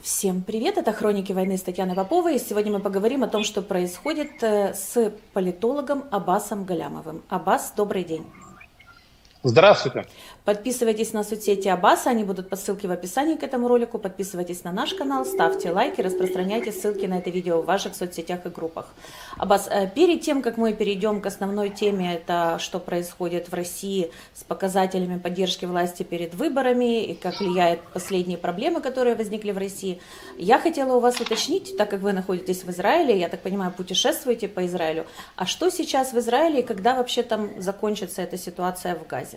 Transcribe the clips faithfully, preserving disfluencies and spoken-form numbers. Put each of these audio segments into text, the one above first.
Всем привет, это «Хроники войны» с Татьяной Поповой. Сегодня мы поговорим о том, что происходит с политологом Аббасом Галямовым. Аббас, добрый день. Здравствуйте. Подписывайтесь на соцсети Аббаса, они будут по ссылке в описании к этому ролику. Подписывайтесь на наш канал, ставьте лайки, распространяйте ссылки на это видео в ваших соцсетях и группах. Аббас, перед тем, как мы перейдем к основной теме, это что происходит в России с показателями поддержки власти перед выборами и как влияют последние проблемы, которые возникли в России, я хотела у вас уточнить, так как вы находитесь в Израиле, я так понимаю, путешествуете по Израилю, а что сейчас в Израиле и когда вообще там закончится эта ситуация в Газе?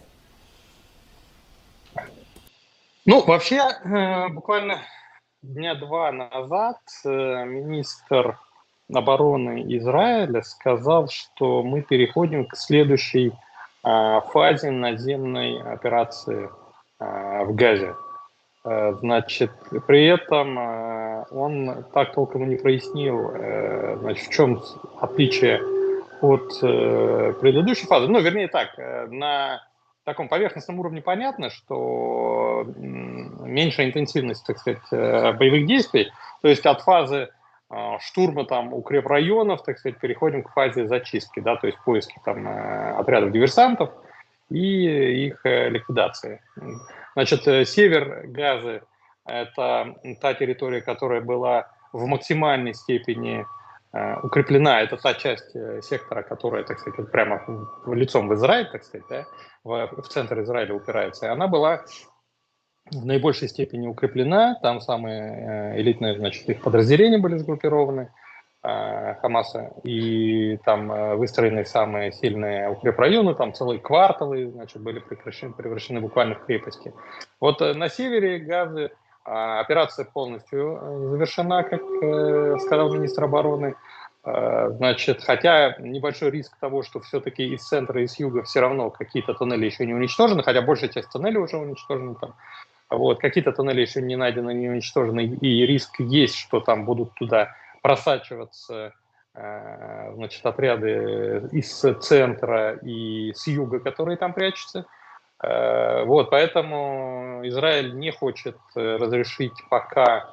Ну, вообще, э, буквально дня два назад э, министр обороны Израиля сказал, что мы переходим к следующей э, фазе наземной операции э, в Газе. Э, значит, при этом э, он так толком и не прояснил, э, значит, в чем отличие от э, предыдущей фазы. Ну, вернее так, э, на таком поверхностном уровне понятно, что меньшая интенсивность, так сказать, боевых действий, то есть от фазы штурма там укрепрайонов, так сказать, переходим к фазе зачистки, да, то есть поиски там отрядов диверсантов и их ликвидации. Значит, север Газы – это та территория, которая была в максимальной степени укреплена. Это та часть сектора, которая, так сказать, прямо лицом в Израиль, так сказать, да, в, в центр Израиля упирается. И она была в наибольшей степени укреплена. Там самые элитные, значит, их подразделения были сгруппированы Хамаса, и там выстроены самые сильные укрепрайоны, там целые кварталы, значит, были превращены, превращены буквально в крепости. Вот на севере Газы операция полностью завершена, как сказал министр обороны. Значит, хотя небольшой риск того, что все-таки из центра и с юга все равно какие-то тоннели еще не уничтожены, хотя большая часть тоннелей уже уничтожена там. Вот, какие-то тоннели еще не найдены, не уничтожены, и риск есть, что там будут туда просачиваться значит, отряды из центра и с юга, которые там прячутся. Вот, поэтому Израиль не хочет разрешить пока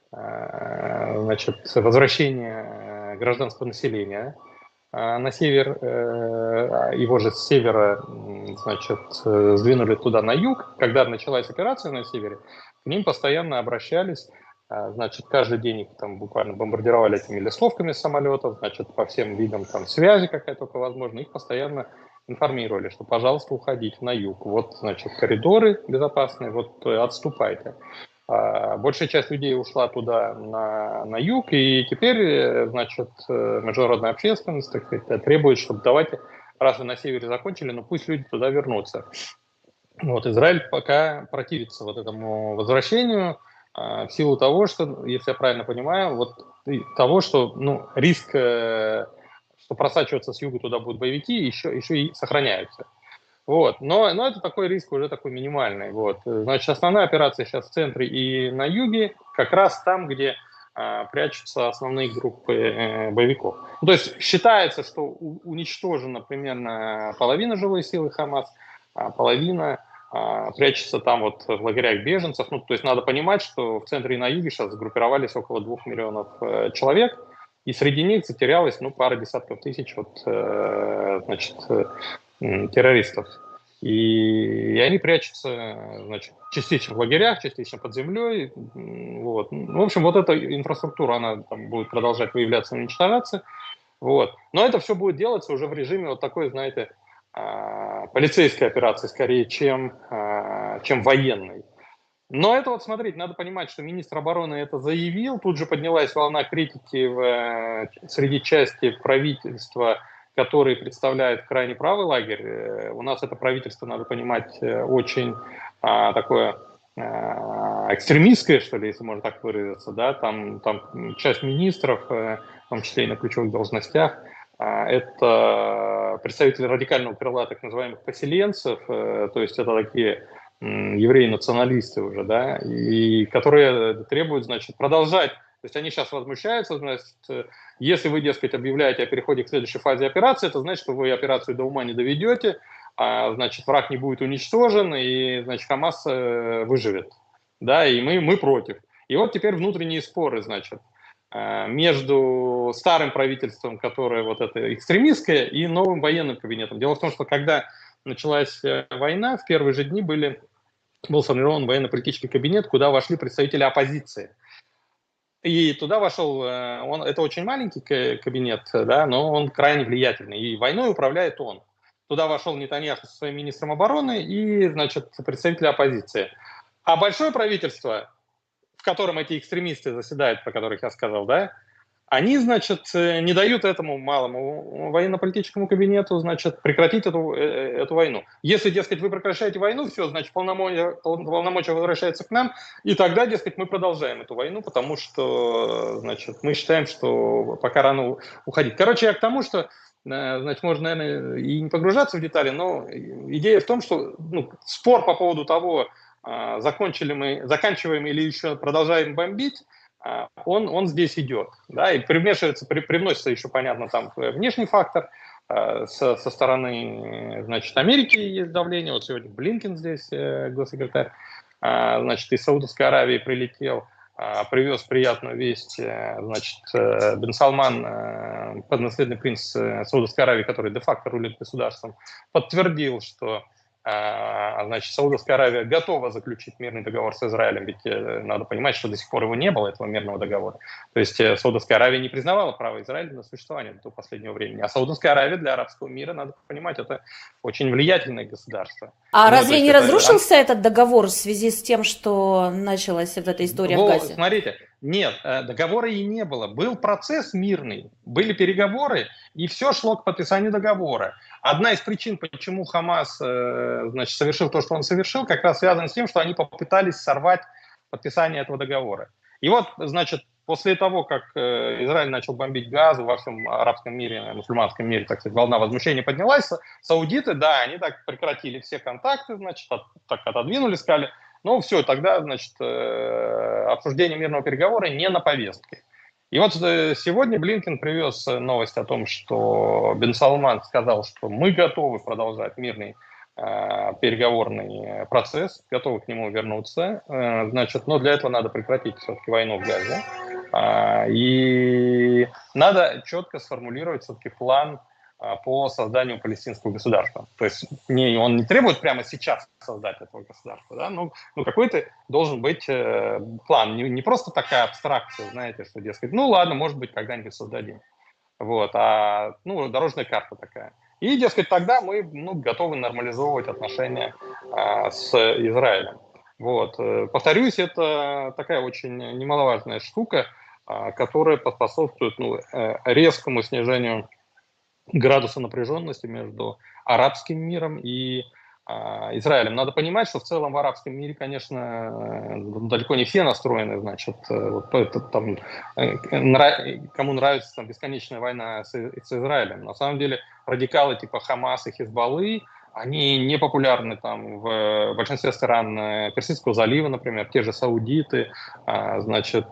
значит, возвращение гражданского населения на север, его же с севера, значит, сдвинули туда на юг. Когда началась операция на севере, к ним постоянно обращались, значит, каждый день их там буквально бомбардировали этими листовками с самолетов, значит, по всем видам там связи, какая только возможно, их постоянно информировали, что, пожалуйста, уходите на юг. Вот, значит, коридоры безопасные, вот отступайте. Большая часть людей ушла туда на, на юг, и теперь, значит, международная общественность, так сказать, требует, чтобы давайте, раз вы на севере закончили, ну пусть люди туда вернутся. Вот, Израиль пока противится вот этому возвращению в силу того, что, если я правильно понимаю, вот того, что, ну, риск, что просачиваться с юга туда будут боевики, еще, еще и сохраняются. Вот. Но, но это такой риск уже такой минимальный. Вот. Значит, основная операция сейчас в центре и на юге, как раз там, где а, прячутся основные группы э, боевиков. Ну, то есть считается, что у, уничтожена примерно половина живой силы Хамас, а половина а, прячется там вот в лагерях беженцев. Ну, то есть надо понимать, что в центре и на юге сейчас сгруппировались около двух миллионов э, человек, и среди них затерялось ну, пара десятков тысяч вот, э, значит, террористов. И, и они прячутся, значит, частично в лагерях, частично под землей. Вот. В общем, вот эта инфраструктура, она там будет продолжать выявляться и уничтожаться. Вот. Но это все будет делаться уже в режиме вот такой, знаете, полицейской операции скорее, чем, чем военной. Но это вот, смотрите, надо понимать, что министр обороны это заявил, тут же поднялась волна критики в, среди части правительства, который представляет крайне правый лагерь. У нас это правительство, надо понимать, очень а, такое а, экстремистское, что ли, если можно так выразиться. Да? Там, там часть министров, в том числе и на ключевых должностях, а, это представители радикального крыла так называемых поселенцев, то есть это такие евреи-националисты уже, да, и которые требуют, значит, продолжать. То есть они сейчас возмущаются, значит, если вы, дескать, объявляете о переходе к следующей фазе операции, это значит, что вы операцию до ума не доведете, а, значит, враг не будет уничтожен, и, значит, Хамас выживет, да, и мы, мы против. И вот теперь внутренние споры, значит, между старым правительством, которое вот это экстремистское, и новым военным кабинетом. Дело в том, что когда началась война, в первые же дни были, был сформирован военно-политический кабинет, куда вошли представители оппозиции. И туда вошел, он, это очень маленький кабинет, да, но он крайне влиятельный, и войной управляет он. Туда вошел Нетаньяху со своим министром обороны и, значит, представители оппозиции. А большое правительство, в котором эти экстремисты заседают, про которых я сказал, да, они, значит, не дают этому малому военно-политическому кабинету, значит, прекратить эту, эту войну. Если, дескать, вы прекращаете войну, все, значит, полномочия, полномочия возвращаются к нам, и тогда, дескать, мы продолжаем эту войну, потому что, значит, мы считаем, что пока рано уходить. Короче, я к тому, что, значит, можно, наверное, и не погружаться в детали, но идея в том, что ну, спор по поводу того, закончили мы, заканчиваем или еще продолжаем бомбить, Он, он здесь идет, да, и примешивается, при, привносится еще, понятно, там внешний фактор, э, со, со стороны, значит, Америки есть давление, вот сегодня Блинкен здесь, э, госсекретарь, э, значит, из Саудовской Аравии прилетел, э, привез приятную весть, э, значит, э, Бен Салман, э, поднаследный принц э, Саудовской Аравии, который де-факто рулит государством, подтвердил, что Значит, Саудовская Аравия готова заключить мирный договор с Израилем, ведь надо понимать, что до сих пор его не было, этого мирного договора. То есть Саудовская Аравия не признавала право Израиля на существование до последнего времени. А Саудовская Аравия для арабского мира, надо понимать, это очень влиятельное государство. А ну, разве не это... разрушился этот договор в связи с тем, что началась вот эта история Во, в Газе? Смотрите, нет, договора и не было. Был процесс мирный, были переговоры, и все шло к подписанию договора. Одна из причин, почему Хамас, значит, совершил то, что он совершил, как раз связана с тем, что они попытались сорвать подписание этого договора. И вот, значит, после того, как Израиль начал бомбить Газу во всем арабском мире, мусульманском мире, так сказать, волна возмущения поднялась, саудиты, да, они так прекратили все контакты, значит, от, так отодвинули, сказали, ну все, тогда, значит, обсуждение мирного переговора не на повестке. И вот сегодня Блинкен привез новость о том, что Бен Салман сказал, что мы готовы продолжать мирный э, переговорный процесс, готовы к нему вернуться. Э, значит, но для этого надо прекратить все-таки войну в Газе. Э, и надо четко сформулировать все-таки план э, по созданию палестинского государства. То есть не, он не требует прямо сейчас создать этого государства, да? ну, ну какой-то должен быть э, план, не, не просто такая абстракция, знаете, что, дескать, ну ладно, может быть, когда-нибудь создадим. Вот, а, ну, дорожная карта такая. И, дескать, тогда мы ну, готовы нормализовывать отношения а, с Израилем. Вот. Повторюсь, это такая очень немаловажная штука, а, которая поспособствует ну, резкому снижению градуса напряженности между арабским миром и а, Израилем. Надо понимать, что в целом в арабском мире, конечно, далеко не все настроены, значит, вот это, там, кому нравится там, бесконечная война с, с Израилем. На самом деле радикалы типа Хамас и Хизбаллы, они не популярны там в большинстве стран Персидского залива, например, те же саудиты, значит,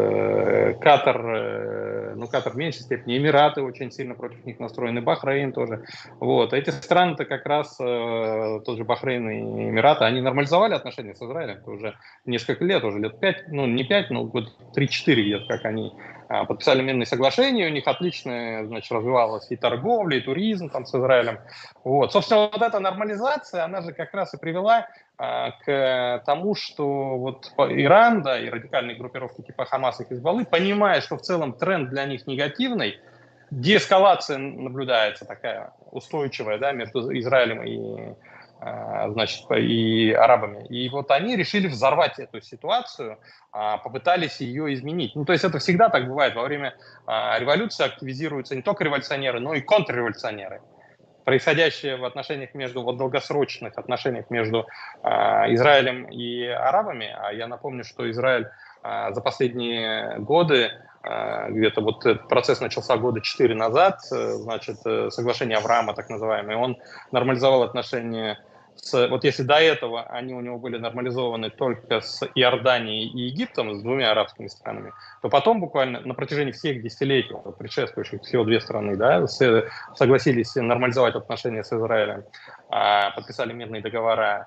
Катар, ну, Катар в меньшей степени, Эмираты очень сильно против них настроены, Бахрейн тоже. Вот. Эти страны-то как раз, тот же Бахрейн и Эмираты, они нормализовали отношения с Израилем уже несколько лет, уже лет пять, ну, не пять, но вот три-четыре где-то, как они подписали мирные соглашения, у них отлично, значит, развивалась и торговля, и туризм там с Израилем. Вот. Собственно, вот эта нормализация, она же как раз и привела а, к тому, что вот Иран, да, и радикальные группировки типа Хамас и Хизбаллы, понимая, что в целом тренд для них негативный, деэскалация наблюдается такая устойчивая, да, между Израилем и, а, значит, и арабами. И вот они решили взорвать эту ситуацию, а, попытались ее изменить. Ну, то есть это всегда так бывает. Во время а, революции активизируются не только революционеры, но и контрреволюционеры. Происходящее в отношениях между, вот долгосрочных отношениях между э, Израилем и арабами, а я напомню, что Израиль э, за последние годы, э, где-то вот этот процесс начался года четыре назад, э, значит, э, соглашение Авраама, так называемое, он нормализовал отношения с, вот если до этого они у него были нормализованы только с Иорданией и Египтом, с двумя арабскими странами, то потом буквально на протяжении всех десятилетий, предшествующих всего две страны, да, с, согласились нормализовать отношения с Израилем, подписали мирные договора.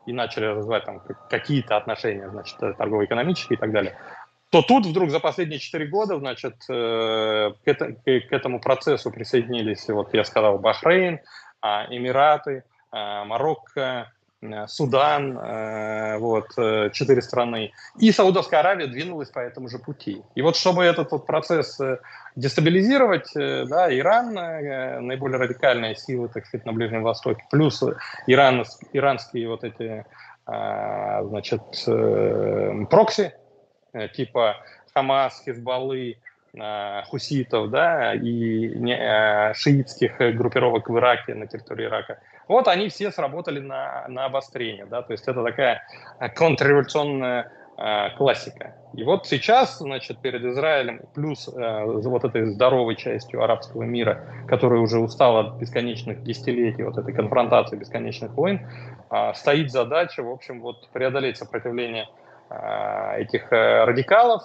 и начали развивать там какие-то отношения, значит, торгово-экономические и так далее, то тут вдруг за последние четыре года, значит, к этому процессу присоединились, вот я сказал, Бахрейн, Эмираты, Марокко, Судан, вот, четыре страны. И Саудовская Аравия двинулась по этому же пути. И вот чтобы этот вот процесс дестабилизировать, да, Иран, наиболее радикальная сила, так сказать, на Ближнем Востоке, плюс Иран, иранские вот эти, значит, прокси, типа Хамас, Хизбаллы, хуситов, да, и шиитских группировок в Ираке, на территории Ирака. Вот они все сработали на, на обострение, да, то есть это такая контрреволюционная э, классика. И вот сейчас, значит, перед Израилем, плюс э, вот этой здоровой частью арабского мира, которая уже устала от бесконечных десятилетий, вот этой конфронтации, бесконечных войн, э, стоит задача, в общем, вот преодолеть сопротивление этих радикалов,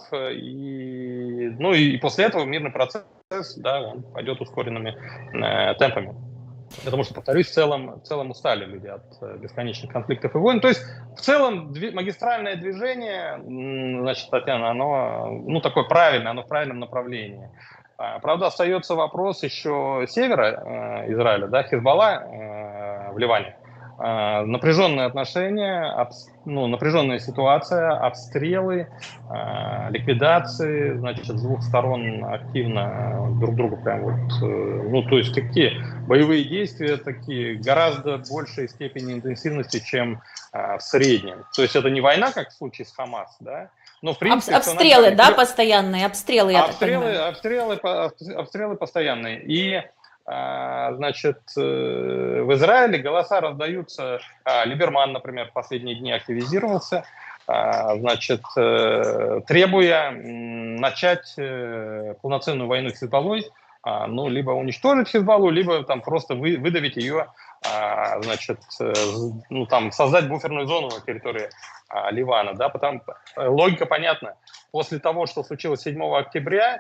и, ну и после этого мирный процесс, да, он пойдет ускоренными э, темпами. Потому что, повторюсь, в целом, в целом устали люди от бесконечных конфликтов и войн. То есть, в целом, дви- магистральное движение, значит, Татьяна, оно, ну, такое правильное, оно в правильном направлении. А, правда, остается вопрос еще севера э, Израиля, да, Хизбалла э, в Ливане. Напряженные отношения, обс... ну, напряженная ситуация, обстрелы, э, ликвидации, значит, с двух сторон активно друг другу прям вот, э, ну, то есть такие боевые действия такие гораздо большей степени интенсивности, чем э, в среднем. То есть это не война, как в случае с Хамас, да, но в принципе... Об, обстрелы, да, постоянные, обстрелы, я обстрелы, так понимаю. обстрелы, обстрелы постоянные. И значит, в Израиле голоса раздаются. Либерман, например, в последние дни активизировался, значит, требуя начать полноценную войну с Хизбаллой, ну, либо уничтожить Хизбаллу, либо там просто вы, выдавить ее, значит, ну, там, создать буферную зону на территории Ливана, да, потому логика понятна. После того, что случилось седьмого октября,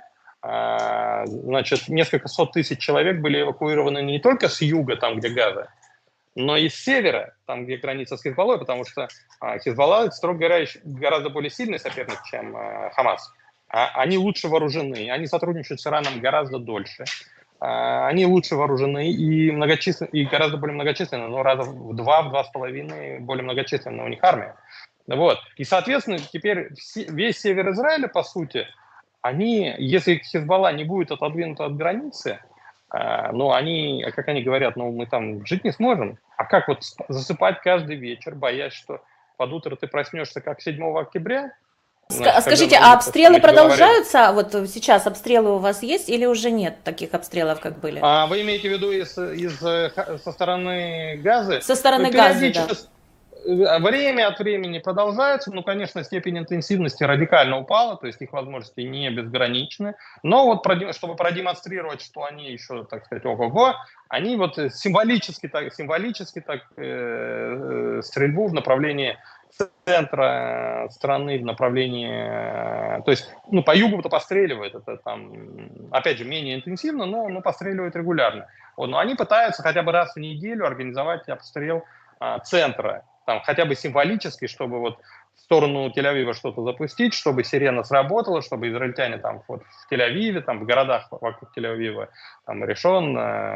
значит, несколько сот тысяч человек были эвакуированы не только с юга, там, где Газа, но и с севера, там, где граница с Хизбаллой, потому что Хизбалла, строго говоря, гораздо более сильный соперник, чем Хамас. Они лучше вооружены, они сотрудничают с Ираном гораздо дольше, они лучше вооружены и, многочисленны, и гораздо более многочисленны, но раза в два, в два с половиной более многочисленна у них армия. Вот. И, соответственно, теперь весь север Израиля, по сути, они, если Хизбалла не будет отодвинута от границы, э, ну, они, как они говорят, ну, мы там жить не сможем. А как вот засыпать каждый вечер, боясь, что под утро ты проснешься, как седьмого октября? Значит, скажите, а обстрелы продолжаются? Вот сейчас обстрелы у вас есть или уже нет таких обстрелов, как были? А вы имеете в виду из, из, со стороны Газы? Со стороны Газы, да. Время от времени продолжается, ну, конечно, степень интенсивности радикально упала, то есть их возможности не безграничны, но вот чтобы продемонстрировать, что они еще, так сказать, ого-го, они вот символически так, символически так э, стрельбу в направлении центра страны, в направлении, то есть, ну, по югу-то постреливают, это там, опять же, менее интенсивно, но, но постреливают регулярно. Вот, но они пытаются хотя бы раз в неделю организовать обстрел а, центра, там, хотя бы символически, чтобы вот в сторону Тель-Авива что-то запустить, чтобы сирена сработала, чтобы израильтяне там вот в Тель-Авиве, там в городах вокруг Тель-Авива, там Ришон,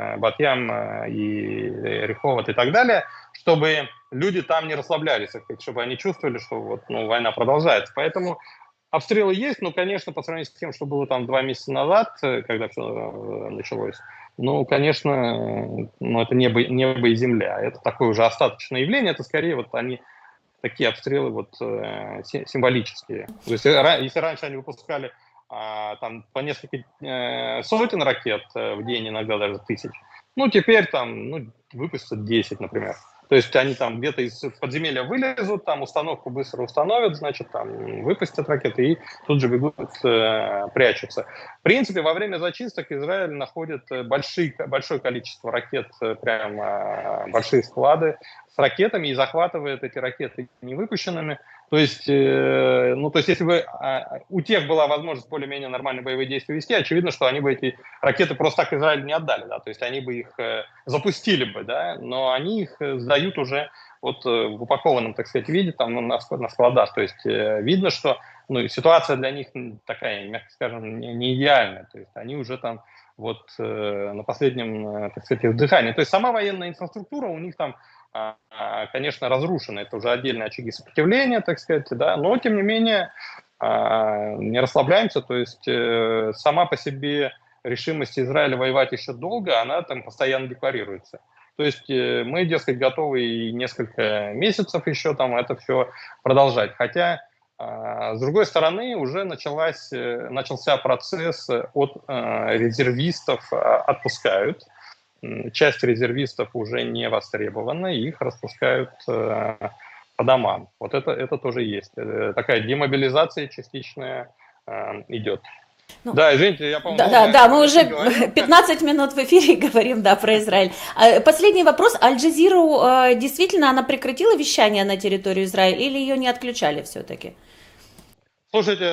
Бат-Ям и Реховот и так далее, чтобы люди там не расслаблялись, чтобы они чувствовали, что вот, ну, война продолжается. Поэтому обстрелы есть, но, конечно, по сравнению с тем, что было там два месяца назад, когда все началось, ну, конечно, ну, это небо, небо и земля. Это такое уже остаточное явление. Это скорее вот они такие обстрелы вот э, символические. То есть, если раньше они выпускали э, там по несколько э, сотен ракет в день, иногда даже тысяч, ну, теперь там, ну, выпустят десять, например. То есть они там где-то из подземелья вылезут, там установку быстро установят, значит, там выпустят ракеты и тут же бегут, э, прячутся. В принципе, во время зачисток Израиль находит большие, большое количество ракет, прям э, большие склады с ракетами и захватывает эти ракеты невыпущенными. То есть, э, ну, то есть если бы э, у тех была возможность более-менее нормальные боевые действия вести, очевидно, что они бы эти ракеты просто так Израилю не отдали, да, то есть они бы их э, запустили бы, да, но они их сдают уже вот э, в упакованном, так сказать, виде, там, ну, на, на складах. То есть э, видно, что ну, ситуация для них такая, мягко скажем, не, не идеальная. То есть они уже там вот э, на последнем, э, так сказать, дыхании. То есть сама военная инфраструктура у них там, э, конечно, разрушена. Это уже отдельные очаги сопротивления, так сказать, да, но тем не менее э, не расслабляемся. То есть э, сама по себе решимость Израиля воевать еще долго, она там постоянно декларируется. То есть э, мы, дескать, готовы и несколько месяцев еще там это все продолжать. Хотя с другой стороны, уже началась, начался процесс от э, резервистов, отпускают. Часть резервистов уже не востребована, их распускают э, по домам. Вот это, это тоже есть. Такая демобилизация частичная э, идет. Ну, да, извините, я, по-моему... Да, да, да, мы уже говорим. пятнадцать минут в эфире говорим, да, про Израиль. Последний вопрос. Аль-Джазиру действительно она прекратила вещание на территорию Израиля или ее не отключали все-таки? Слушайте,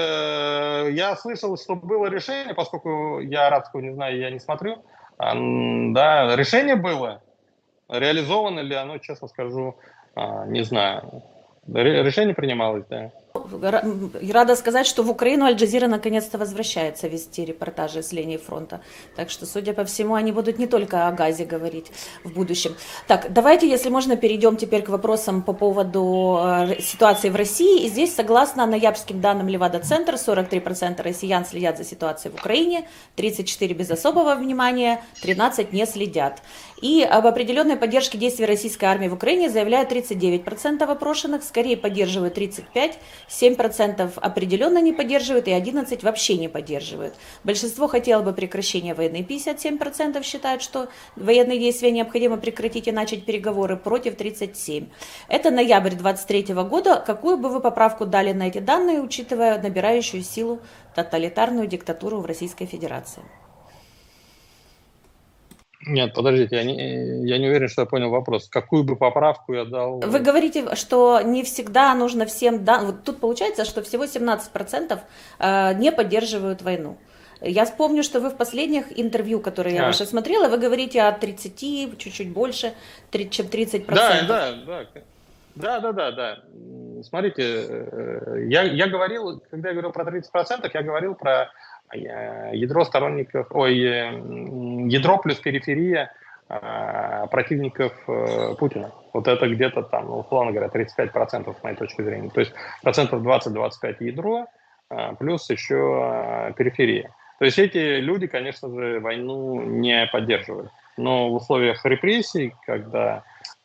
я слышал, что было решение, поскольку я арабского не знаю, я не смотрю. Да, решение было. Реализовано ли оно, честно скажу, не знаю. Решение принималось, да. Рада сказать, что в Украину Аль-Джазира наконец-то возвращается вести репортажи с линии фронта. Так что, судя по всему, они будут не только о Газе говорить в будущем. Так, давайте, если можно, перейдем теперь к вопросам по поводу ситуации в России. И здесь, согласно ноябрьским данным Левада-центра, сорок три процента россиян следят за ситуацией в Украине, тридцать четыре процента без особого внимания, тринадцать процентов не следят. И об определенной поддержке действий российской армии в Украине заявляют тридцать девять процентов опрошенных, скорее поддерживают тридцать пять процентов, семь процентов определенно не поддерживают и одиннадцать процентов вообще не поддерживают. Большинство хотело бы прекращения войны, пятьдесят семь процентов считают, что военные действия необходимо прекратить и начать переговоры, против тридцать семь процентов. Это ноябрь двадцать третьего года. Какую бы вы поправку дали на эти данные, учитывая набирающую силу тоталитарную диктатуру в Российской Федерации? Нет, подождите, я не, я не уверен, что я понял вопрос. Какую бы поправку я дал? Вы говорите, что не всегда нужно всем... Да... Вот тут получается, что всего семнадцать процентов не поддерживают войну. Я вспомню, что вы в последних интервью, которые я а. ваши смотрела, вы говорите о тридцати, чуть-чуть больше, чем тридцать процентов. Да, да, да. Да, да, да, да. Смотрите, я, я говорил, когда я говорил про тридцать процентов, я говорил про ядро сторонников, ой, ядро плюс периферия противников Путина. Вот это где-то там, условно говоря, тридцать пять процентов с моей точки зрения. То есть процентов двадцать-двадцать пять ядро, плюс еще периферия. То есть эти люди, конечно же, войну не поддерживают. Но в условиях репрессий, когда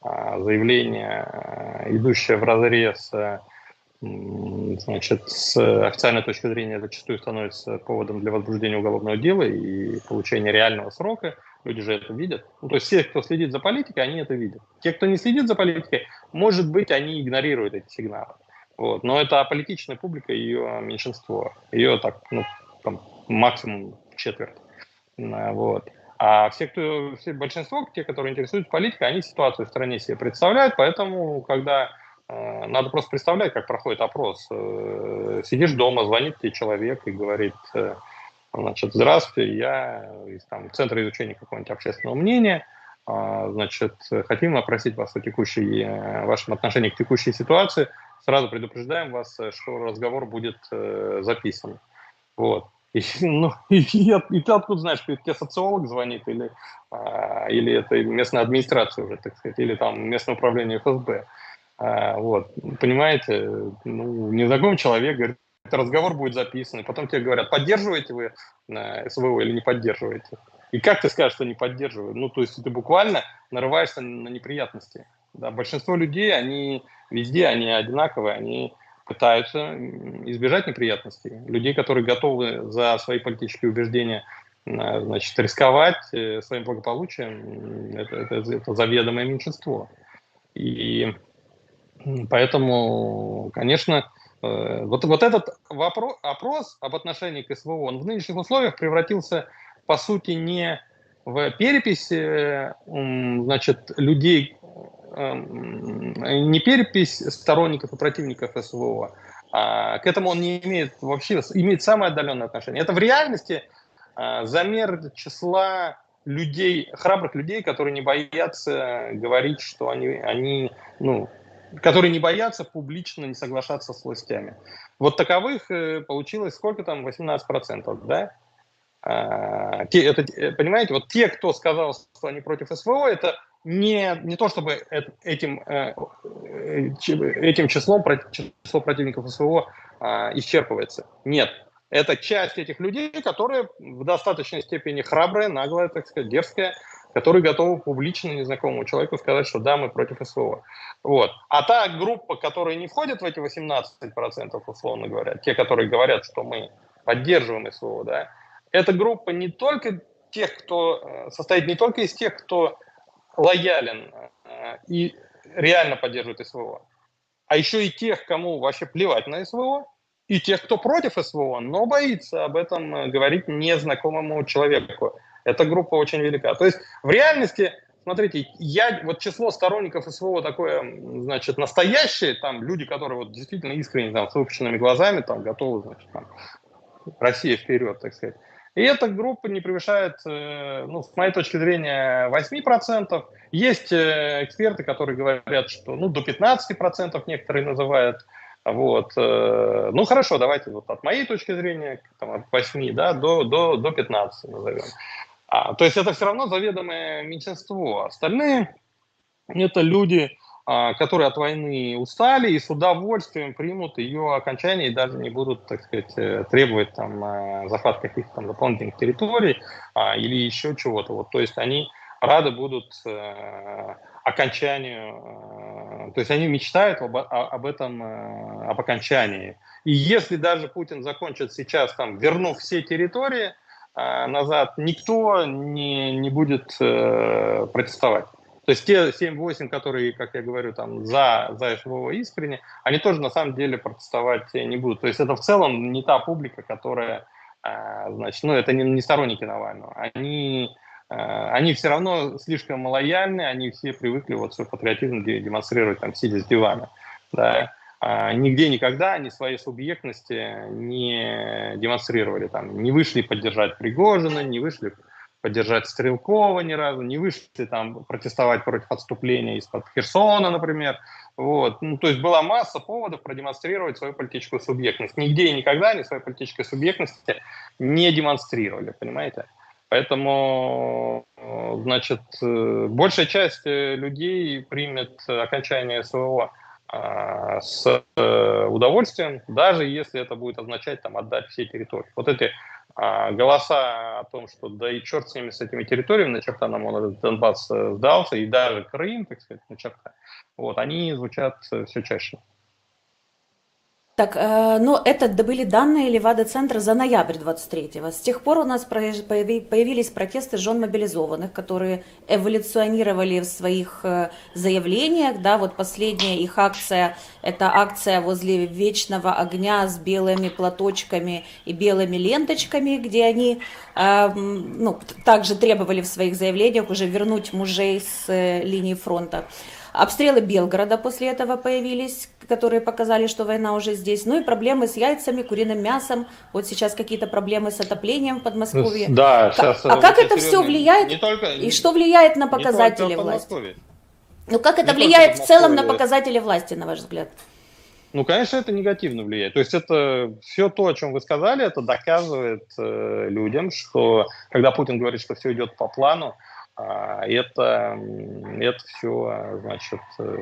заявление, идущее вразрез, значит, с официальной точки зрения, зачастую становится поводом для возбуждения уголовного дела и получения реального срока. Люди же это видят. Ну, то есть все, кто следит за политикой, они это видят. Те, кто не следит за политикой, может быть, они игнорируют эти сигналы. Вот. Но это аполитичная публика, ее меньшинство. Ее так, ну, там, максимум четверть. Вот. А все, кто, все, большинство, те, которые интересуются политикой, они ситуацию в стране себе представляют, поэтому, когда э, надо просто представлять, как проходит опрос. Э, сидишь дома, звонит тебе человек и говорит, э, значит, здравствуйте, я из там, Центра изучения какого-нибудь общественного мнения, э, значит, хотим опросить вас о текущей, э, вашем отношении к текущей ситуации. Сразу предупреждаем вас, что разговор будет э, записан. Вот. И, ну, и, и, и ты откуда знаешь, что тебе социолог звонит, или, а, или это местная администрация уже, так сказать, или там местное управление эф эс бэ. А, вот, понимаете, ну, незнакомый человек говорит, разговор будет записан, и потом тебе говорят, поддерживаете вы эс вэ о или не поддерживаете. И как ты скажешь, что не поддерживаю? Ну, то есть ты буквально нарываешься на неприятности. Да, большинство людей, они везде, они одинаковые, они пытаются избежать неприятностей. Людей, которые готовы за свои политические убеждения, значит, рисковать своим благополучием, это, это, это заведомое меньшинство. И поэтому, конечно, вот, вот этот вопрос, опрос об отношении к эс вэ о, он в нынешних условиях превратился, по сути, не в перепись, значит, людей, не перепись сторонников и противников СВО, а к этому он не имеет вообще, имеет самое отдаленное отношение. Это в реальности замер числа людей, храбрых людей, которые не боятся говорить, что они, они ну, которые не боятся публично не соглашаться с властями. Вот таковых получилось сколько там, восемнадцать процентов, да? А, те, это, понимаете, вот те, кто сказал, что они против СВО, это не, не то, чтобы этим, этим числом число противников СВО исчерпывается. Нет. Это часть этих людей, которые в достаточной степени храбрые, наглые, так сказать, дерзкие, которые готовы публично незнакомому человеку сказать, что да, мы против СВО. Вот. А та группа, которая не входит в эти восемнадцать процентов, условно говоря, те, которые говорят, что мы поддерживаем СВО, да, эта группа не только тех, кто состоит не только из тех, кто лоялен и реально поддерживает СВО, а еще и тех, кому вообще плевать на СВО, и тех, кто против СВО, но боится об этом говорить незнакомому человеку. Эта группа очень велика. То есть в реальности, смотрите, я, вот число сторонников СВО такое, значит, настоящее, там люди, которые вот действительно искренне, там, с выпущенными глазами, там, готовы, значит, там, Россия вперед, так сказать. И эта группа не превышает, ну, с моей точки зрения, восемь процентов. Есть эксперты, которые говорят, что ну, до пятнадцать процентов некоторые называют. Вот. Ну, хорошо, давайте вот от моей точки зрения, там, от восьми, да, до, до, до пятнадцати назовем. А, то есть это все равно заведомое меньшинство. Остальные – это люди, а, которые от войны устали и с удовольствием примут ее окончание и даже не будут, так сказать, требовать там, захват каких-то там дополнительных территорий а, или еще чего-то. Вот, то есть они рады будут э, окончанию, э, то есть они мечтают об, об этом, э, об окончании. И если даже Путин закончит сейчас, там, вернув все территории э, назад, никто не, не будет э, протестовать. То есть те семь-восемь, которые, как я говорю, там, за, за СВО искренне, они тоже на самом деле протестовать не будут. То есть это в целом не та публика, которая, э, значит, ну это не, не сторонники Навального. Они... Они все равно слишком лояльны, они все привыкли вот свой патриотизм демонстрировать, там, сидя с дивана. Да. А нигде никогда они своей субъектности не демонстрировали. Там, не вышли поддержать Пригожина, не вышли поддержать Стрелкова ни разу, не вышли там, протестовать против отступления из-под Херсона, например. Вот. Ну, то есть была масса поводов продемонстрировать свою политическую субъектность. Нигде и никогда они своей политической субъектности не демонстрировали, понимаете? Поэтому, значит, большая часть людей примет окончание СВО с удовольствием, даже если это будет означать там, отдать все территории. Вот эти голоса о том, что да и черт с ними, с этими территориями, на черта нам он этот Донбасс сдался, и даже Крым, так сказать, на черта, вот, они звучат все чаще. Так, э, ну это были данные Левада-центра за ноябрь двадцать третьего. С тех пор у нас появились протесты жен мобилизованных, которые эволюционировали в своих э, заявлениях. Да, вот последняя их акция, это акция возле Вечного огня с белыми платочками и белыми ленточками, где они э, ну, также требовали в своих заявлениях уже вернуть мужей с э, линии фронта. Обстрелы Белгорода после этого появились, которые показали, что война уже здесь. Ну и проблемы с яйцами, куриным мясом. Вот сейчас какие-то проблемы с отоплением в Подмосковье. Да, сейчас, а как это все влияет? Не только, и что влияет на показатели власти? Ну как это не влияет в целом на показатели власти, на ваш взгляд? Ну, конечно, это негативно влияет. То есть это все то, о чем вы сказали, это доказывает э, людям, что когда Путин говорит, что все идет по плану, Это, это все, значит,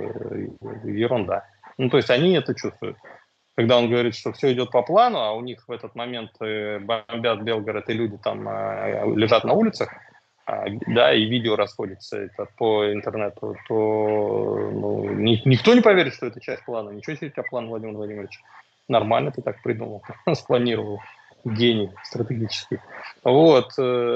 ерунда. Ну, то есть они это чувствуют. Когда он говорит, что все идет по плану, а у них в этот момент бомбят Белгород, и люди там лежат на улицах, да, и видео расходится это по интернету, то ну, никто не поверит, что это часть плана. Ничего себе у тебя план, Владимир Владимирович. Нормально ты так придумал, спланировал. Гений стратегический. Вот.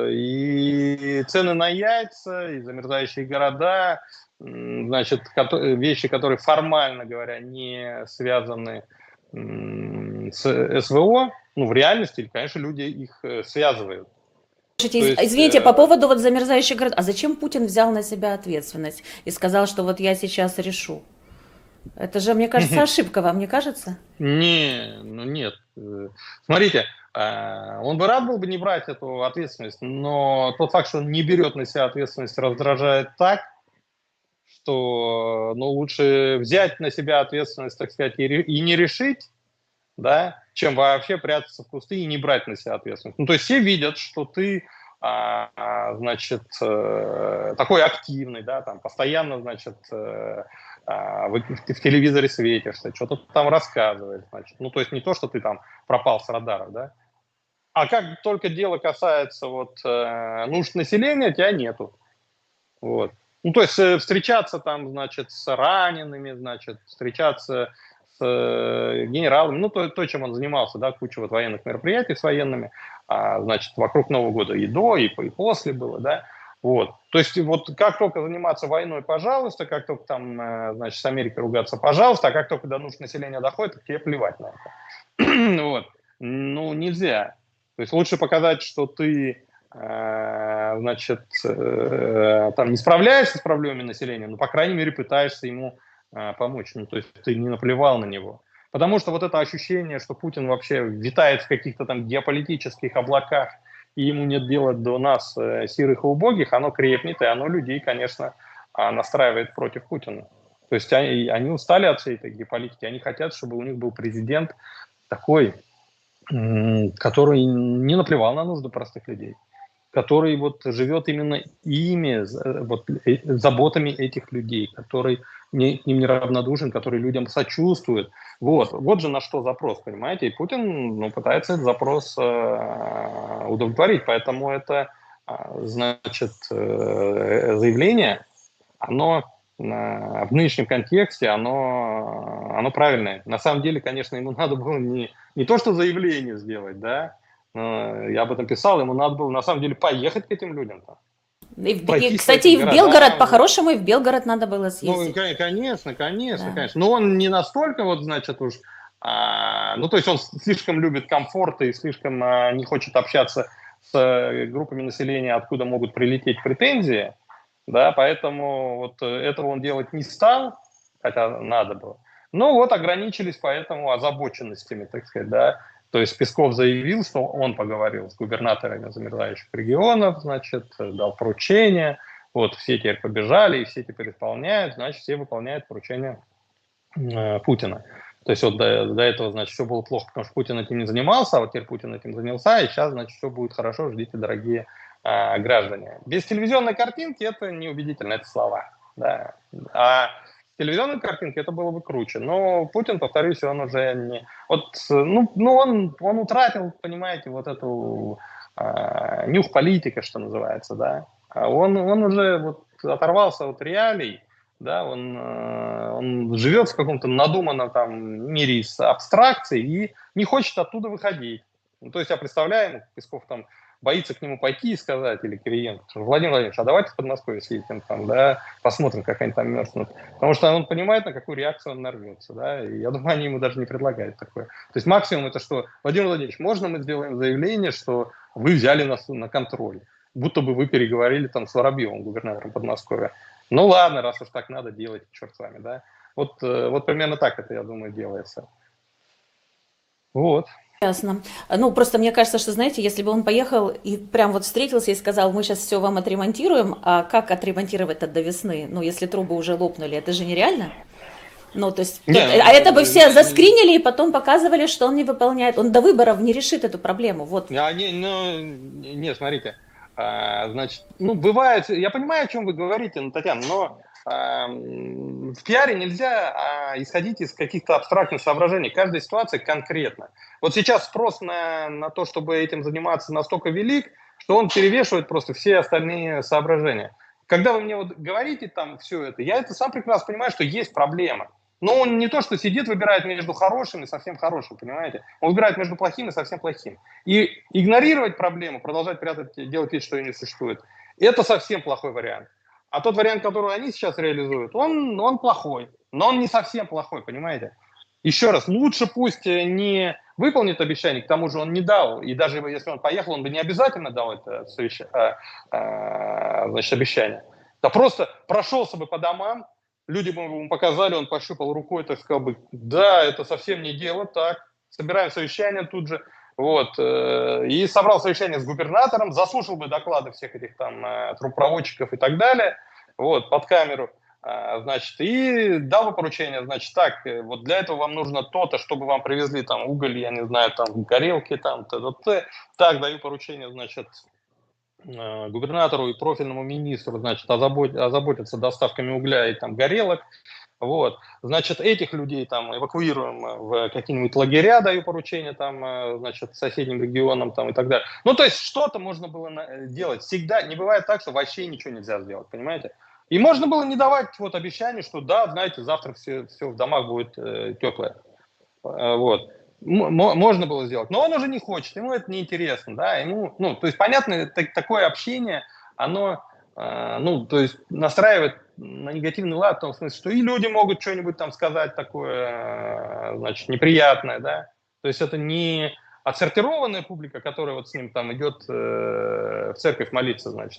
И цены на яйца, и замерзающие города, значит, вещи, которые формально говоря не связаны с СВО, ну, в реальности, конечно, люди их связывают. Слушайте, То из- есть, извините, по э, поводу вот замерзающих городов, а зачем Путин взял на себя ответственность и сказал, что вот я сейчас решу? Это же, мне кажется, ошибка, вам не кажется? не, ну нет. Э, Смотрите, э, он бы рад был бы не брать эту ответственность, но тот факт, что он не берет на себя ответственность, раздражает так, что, ну, лучше взять на себя ответственность, так сказать, и, ре- и не решить, да, чем вообще прятаться в кусты и не брать на себя ответственность. Ну, то есть все видят, что ты, а, а, значит, э, такой активный, да, там, постоянно, значит, э, а, в, ты в телевизоре светишься, что-то там рассказываешь, значит. Ну, то есть не то, что ты там пропал с радаров, да, а как только дело касается вот э, нужд населения, тебя нету. Вот. Ну, то есть э, встречаться там, значит, с ранеными, значит, встречаться с э, генералами, ну, то, то, чем он занимался, да, куча вот военных мероприятий с военными, а, значит, вокруг Нового года и до, и, и после было, да, вот. То есть вот как только заниматься войной, пожалуйста, как только там, э, значит, с Америкой ругаться, пожалуйста, а как только до нужд населения доходит, тебе плевать на это. Вот. Ну, нельзя. То есть лучше показать, что ты э, значит, э, там не справляешься с проблемами населения, но, по крайней мере, пытаешься ему э, помочь. Ну, то есть ты не наплевал на него. Потому что вот это ощущение, что Путин вообще витает в каких-то там геополитических облаках, и ему нет дела до нас, э, сирых и убогих, оно крепнет, и оно людей, конечно, э, настраивает против Путина. То есть они, они устали от всей этой геополитики, они хотят, чтобы у них был президент такой, который не наплевал на нужды простых людей, который вот живет именно ими, вот, э, заботами этих людей, который не, к ним неравнодушен, который людям сочувствует. Вот, вот же на что запрос, понимаете? И Путин, ну, пытается этот запрос э, удовлетворить, поэтому это, э, значит, э, заявление, оно э, в нынешнем контексте, оно, оно правильное. На самом деле, конечно, ему надо было не, не то, что заявление сделать, да, э, я об этом писал, ему надо было на самом деле поехать к этим людям, там, И, в- и, пройтись по кстати, этим и в Белгород, городам. по-хорошему, и в Белгород надо было Ну, съездить. кон- конечно, конечно, Да. конечно. Но он не настолько, вот, значит, уж, а, ну, то есть он слишком любит комфорт и слишком а, не хочет общаться с э, группами населения, откуда могут прилететь претензии, да, поэтому вот э, этого он делать не стал, хотя надо было. Ну, вот ограничились поэтому озабоченностями, так сказать, да. То есть Песков заявил, что он поговорил с губернаторами замерзающих регионов, значит, дал поручения, вот, все теперь побежали, и все теперь исполняют, значит, все выполняют поручения э, Путина. То есть вот до, до этого, значит, все было плохо, потому что Путин этим не занимался, а вот теперь Путин этим занялся, и сейчас, значит, все будет хорошо, ждите, дорогие э, граждане. Без телевизионной картинки это неубедительно, это слова. Да. А с телевизионной картинки это было бы круче. Но Путин, повторюсь, он уже не... Вот, ну, ну он, он утратил, понимаете, вот эту э, нюх политика, что называется, да. Он, он уже вот оторвался от реалий, да, он, э, он живет в каком-то надуманном там мире из абстракций и не хочет оттуда выходить. Ну, то есть я представляю, Песков там боится к нему пойти и сказать, или Кириенко, Владимир Владимирович, а давайте в Подмосковье съездим, там, да, посмотрим, как они там мерзнут. Потому что он понимает, на какую реакцию он нарвется, да, и я думаю, они ему даже не предлагают такое. То есть максимум это что, Владимир Владимирович, можно мы сделаем заявление, что вы взяли нас на контроль, будто бы вы переговорили там с Воробьевым, губернатором Подмосковья. Ну ладно, раз уж так надо делать, черт с вами, да. Вот, вот примерно так это, я думаю, делается. Вот. Ясно. Ну, просто мне кажется, что, знаете, если бы он поехал и прям вот встретился и сказал, мы сейчас все вам отремонтируем, а как отремонтировать-то до весны? Ну, если трубы уже лопнули, это же нереально. Ну, то есть, Не, тут- ну, а это бы все не- заскринили и потом показывали, что он не выполняет. Он до выборов не решит эту проблему. Вот. А, не, ну, не, смотрите, а, значит, ну, бывает, я понимаю, о чем вы говорите, ну, Татьяна, но а, в пиаре нельзя а, исходить из каких-то абстрактных соображений. Каждая ситуация конкретна. Вот сейчас спрос на, на то, чтобы этим заниматься, настолько велик, что он перевешивает просто все остальные соображения. Когда вы мне вот говорите там все это, я это сам прекрасно понимаю, что есть проблема. Но он не то, что сидит, выбирает между хорошим и совсем хорошим, понимаете? Он выбирает между плохим и совсем плохим. И игнорировать проблему, продолжать прятать, делать вид, что ее не существует, это совсем плохой вариант. А тот вариант, который они сейчас реализуют, он, он плохой. Но он не совсем плохой, понимаете? Еще раз, лучше пусть не выполнит обещание, к тому же он не дал, и даже если он поехал, он бы не обязательно дал это совещание, значит, обещание. Да просто прошелся бы по домам, люди бы ему показали, он пощупал рукой, так сказал бы, да, это совсем не дело, так, собираем совещание тут же, вот, и собрал совещание с губернатором, заслушал бы доклады всех этих там трубопроводчиков и так далее, вот, под камеру, значит, и дал бы поручение, значит, так, вот для этого вам нужно то-то, чтобы вам привезли там уголь, я не знаю, там горелки, там, т.д. Так, даю поручение, значит, губернатору и профильному министру, значит, озабот, озаботиться доставками угля и там горелок, вот, значит, этих людей там эвакуируем в какие-нибудь лагеря, даю поручение там, значит, соседним регионам там и так далее. Ну, то есть что-то можно было делать. Всегда не бывает так, что вообще ничего нельзя сделать, понимаете? И можно было не давать вот обещание, что да, знаете, завтра все, все в домах будет э, теплое. Э, вот. М- можно было сделать. Но он уже не хочет, ему это неинтересно, да, ему, ну, то есть, понятно, так, такое общение, оно, э, ну, то есть, настраивает на негативный лад в том смысле, что и люди могут что-нибудь там сказать такое, э, значит, неприятное, да, то есть, это не отсортированная публика, которая вот с ним там идет э, в церковь молиться, значит,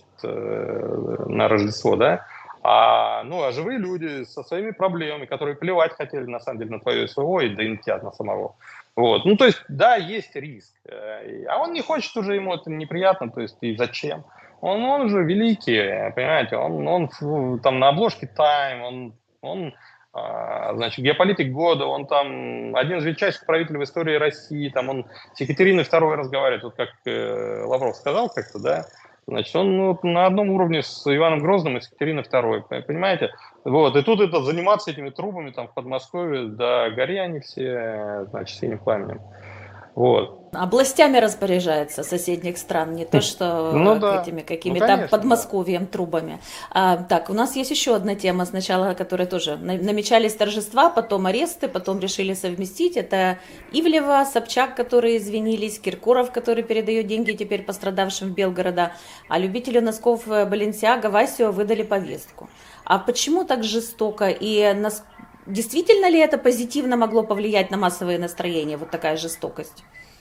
э, на Рождество, да, а, ну, а живые люди со своими проблемами, которые плевать хотели, на самом деле, на твое СВО и идентитет на самого. Вот. Ну, то есть, да, есть риск. А он не хочет уже, ему это неприятно, то есть, и зачем? Он, он же великий, понимаете, он, он там на обложке Time, он, он значит, геополитик года, он там один из величайших правителей в истории России, там он с Екатериной второй разговаривает, вот как э, Лавров сказал как-то, да, значит, он ну, на одном уровне с Иваном Грозным и с Екатериной второй, понимаете, вот, и тут это заниматься этими трубами там в Подмосковье, да, гори они все, значит, синим пламенем, вот. Областями распоряжается соседних стран, не то что ну, да. этими ну, какими-то конечно, Подмосковьем, да. трубами. А, так, у нас есть еще одна тема, сначала, которая тоже намечались торжества, потом аресты, потом решили совместить. Это Ивлева, Собчак, которые извинились, Киркоров, который передает деньги теперь пострадавшим в Белгорода, а любителю носков Баленсиага Васио выдали повестку. А почему так жестоко и нас... действительно ли это позитивно могло повлиять на массовое настроение, вот такая жестокость?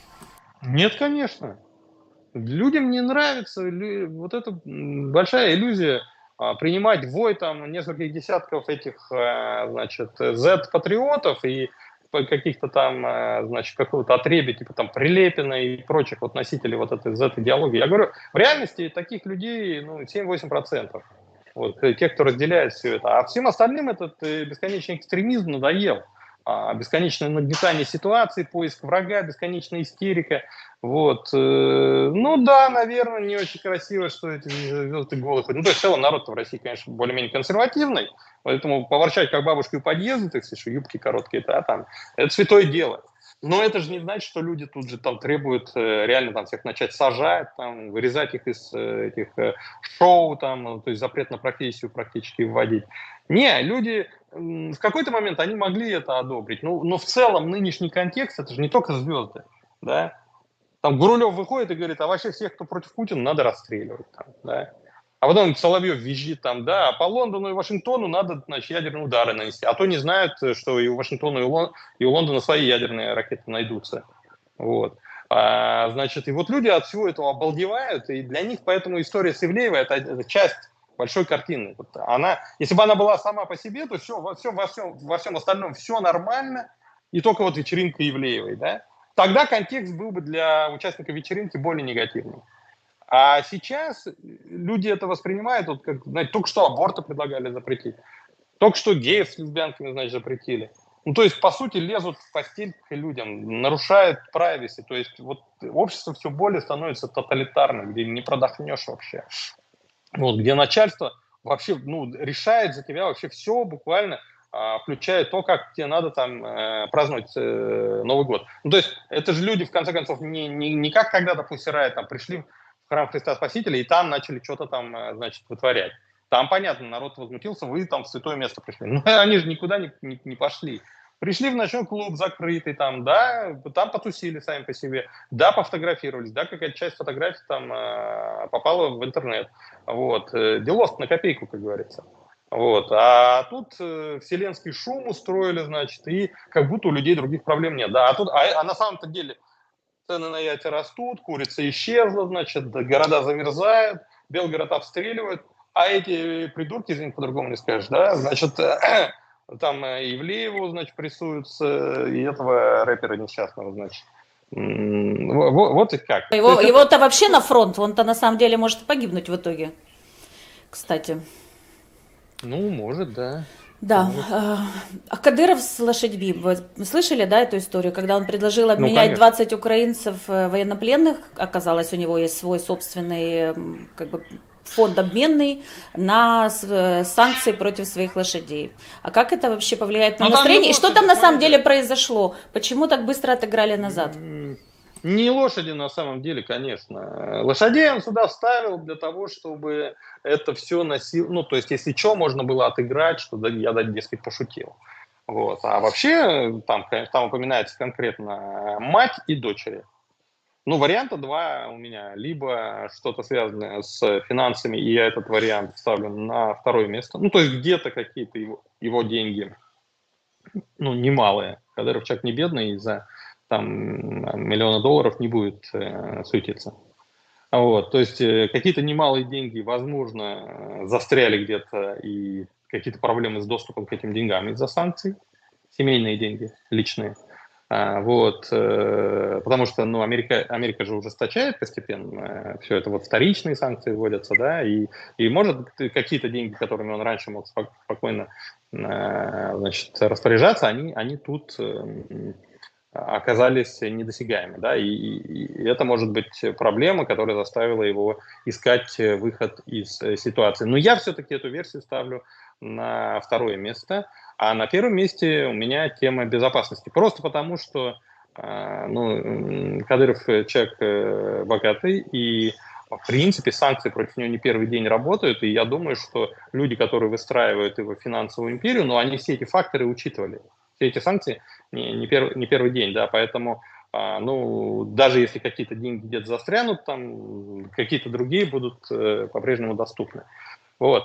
Нет, конечно. Людям не нравится вот эта большая иллюзия принимать вой там нескольких десятков этих, значит, Z-патриотов и каких-то там, значит, какого-то отребья, типа там Прилепина и прочих вот носителей вот этой Z-идеологии. Я говорю, в реальности таких людей, ну, семь-восемь процентов. Вот, тех, кто разделяет все это. А всем остальным этот бесконечный экстремизм надоел. Бесконечное нагнетание ситуации, поиск врага, бесконечная истерика. Вот. Ну да, наверное, не очень красиво, что эти звезды голые ходят. Ну, то есть в целом народ-то в России, конечно, более-менее консервативный, поэтому поворчать как бабушки у подъезда, так сказать, что юбки короткие, да, там, это святое дело. Но это же не значит, что люди тут же там требуют реально там всех начать сажать, там, вырезать их из этих шоу, там, то есть запрет на профессию практически вводить. Не, люди в какой-то момент они могли это одобрить, но, но в целом нынешний контекст, это же не только звезды, да. Там Гурулев выходит и говорит, а вообще всех, кто против Путина, надо расстреливать, там, да. А потом Соловьев визжит там, да, а по Лондону и Вашингтону надо, значит, ядерные удары нанести. А то не знают, что и у Вашингтона, и у, Лон... и у Лондона свои ядерные ракеты найдутся. Вот. А, значит, и вот люди от всего этого обалдевают, и для них поэтому история с Ивлеевой это, это часть большой картины. Вот она, если бы она была сама по себе, то все, во, всем, во, всем, во всем остальном все нормально, и только вот вечеринка Ивлеевой, да? Тогда контекст был бы для участников вечеринки более негативным. А сейчас люди это воспринимают, вот как, знаете, только что аборты предлагали запретить, только что геев с лесбиянками, значит, запретили. Ну, то есть, по сути, лезут в постель к людям, нарушают privacy. То есть, вот общество все более становится тоталитарным, где не продохнешь вообще. Вот, где начальство вообще, ну, решает за тебя вообще все буквально, включая то, как тебе надо там э, праздновать э, Новый год. Ну, то есть, это же люди, в конце концов, не, не, не как когда-то пусирают, там, пришли в храм Христа Спасителя и там начали что-то там, значит, вытворять. Там, понятно, народ возмутился, вы там в святое место пришли. Но они же никуда не, не, не пошли. Пришли в ночной клуб закрытый, там, да, там потусили сами по себе, да, пофотографировались, да, какая-то часть фотографий там э, попала в интернет. Вот. Делов на копейку, как говорится. Вот. А тут э, вселенский шум устроили, значит, и как будто у людей других проблем нет. Да, а, тут, а, а на самом-то деле цены на яйца растут, курица исчезла, значит, города замерзают, Белгород обстреливают, а эти придурки, извини, по-другому не скажешь, да, значит, э, там э, Ивлееву, значит, прессуют, э, и этого рэпера несчастного, значит. Вот, вот и как. Его, его-то вообще на фронт, он-то на самом деле может погибнуть в итоге, кстати. Ну, может, да. Да, может. А Кадыров с лошадьми, вы слышали, да, эту историю, когда он предложил обменять ну, двадцать украинцев военнопленных, оказалось, у него есть свой собственный, как бы, фонд обменный на санкции против своих лошадей. А как это вообще повлияет на ну, настроение? И что там на самом деле произошло? Почему так быстро отыграли назад? Не лошади на самом деле, конечно. Лошадей он сюда вставил для того, чтобы это все носил... Ну, то есть, если что, можно было отыграть, что я, дескать, пошутил. Вот. А вообще, там, там упоминается конкретно мать и дочери. Ну, варианта два у меня. Либо что-то связанное с финансами, и я этот вариант ставлю на второе место. Ну, то есть, где-то какие-то его, его деньги, ну, немалые. Кадыров человек не бедный, из-за там миллиона долларов не будет э, суетиться. Вот, то есть э, какие-то немалые деньги, возможно, застряли где-то, и какие-то проблемы с доступом к этим деньгам из-за санкций, семейные деньги, личные. А, вот, э, потому что, ну, Америка, Америка же ужесточает постепенно, э, все это вот вторичные санкции вводятся, да, и, и может какие-то деньги, которыми он раньше мог спокойно, э, значит, распоряжаться, они, они тут э, оказались недосягаемы, да, и, и это может быть проблема, которая заставила его искать выход из ситуации. Но я все-таки эту версию ставлю на второе место, а на первом месте у меня тема безопасности. Просто потому, что э, ну, Кадыров человек богатый, и в принципе санкции против него не первый день работают, и я думаю, что люди, которые выстраивают его финансовую империю, ну, они все эти факторы учитывали. Все эти санкции не, не, первый, не первый день, да, поэтому, а, ну, даже если какие-то деньги где-то застрянут, там какие-то другие будут э, по-прежнему доступны. Вот,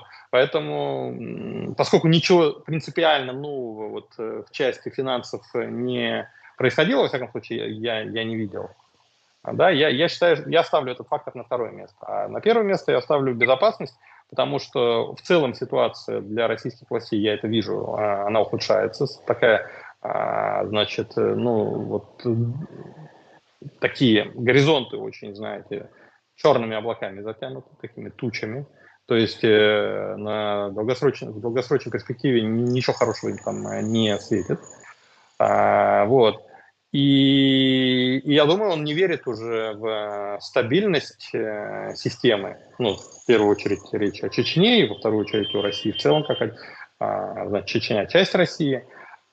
поэтому, поскольку ничего принципиально нового вот в части финансов не происходило, во всяком случае, я, я не видел, да, я, я считаю, я ставлю этот фактор на второе место, а на первое место я ставлю безопасность, потому что в целом ситуация для российских властей, я это вижу, она ухудшается. Такая, значит, ну, вот такие горизонты очень, знаете, черными облаками затянуты, такими тучами. То есть на долгосрочной, в долгосрочной перспективе ничего хорошего там не светит. Вот. И, и я думаю, он не верит уже в стабильность э, системы. Ну, в первую очередь речь о Чечне, и во вторую очередь о России в целом, как а, значит, Чечня часть России.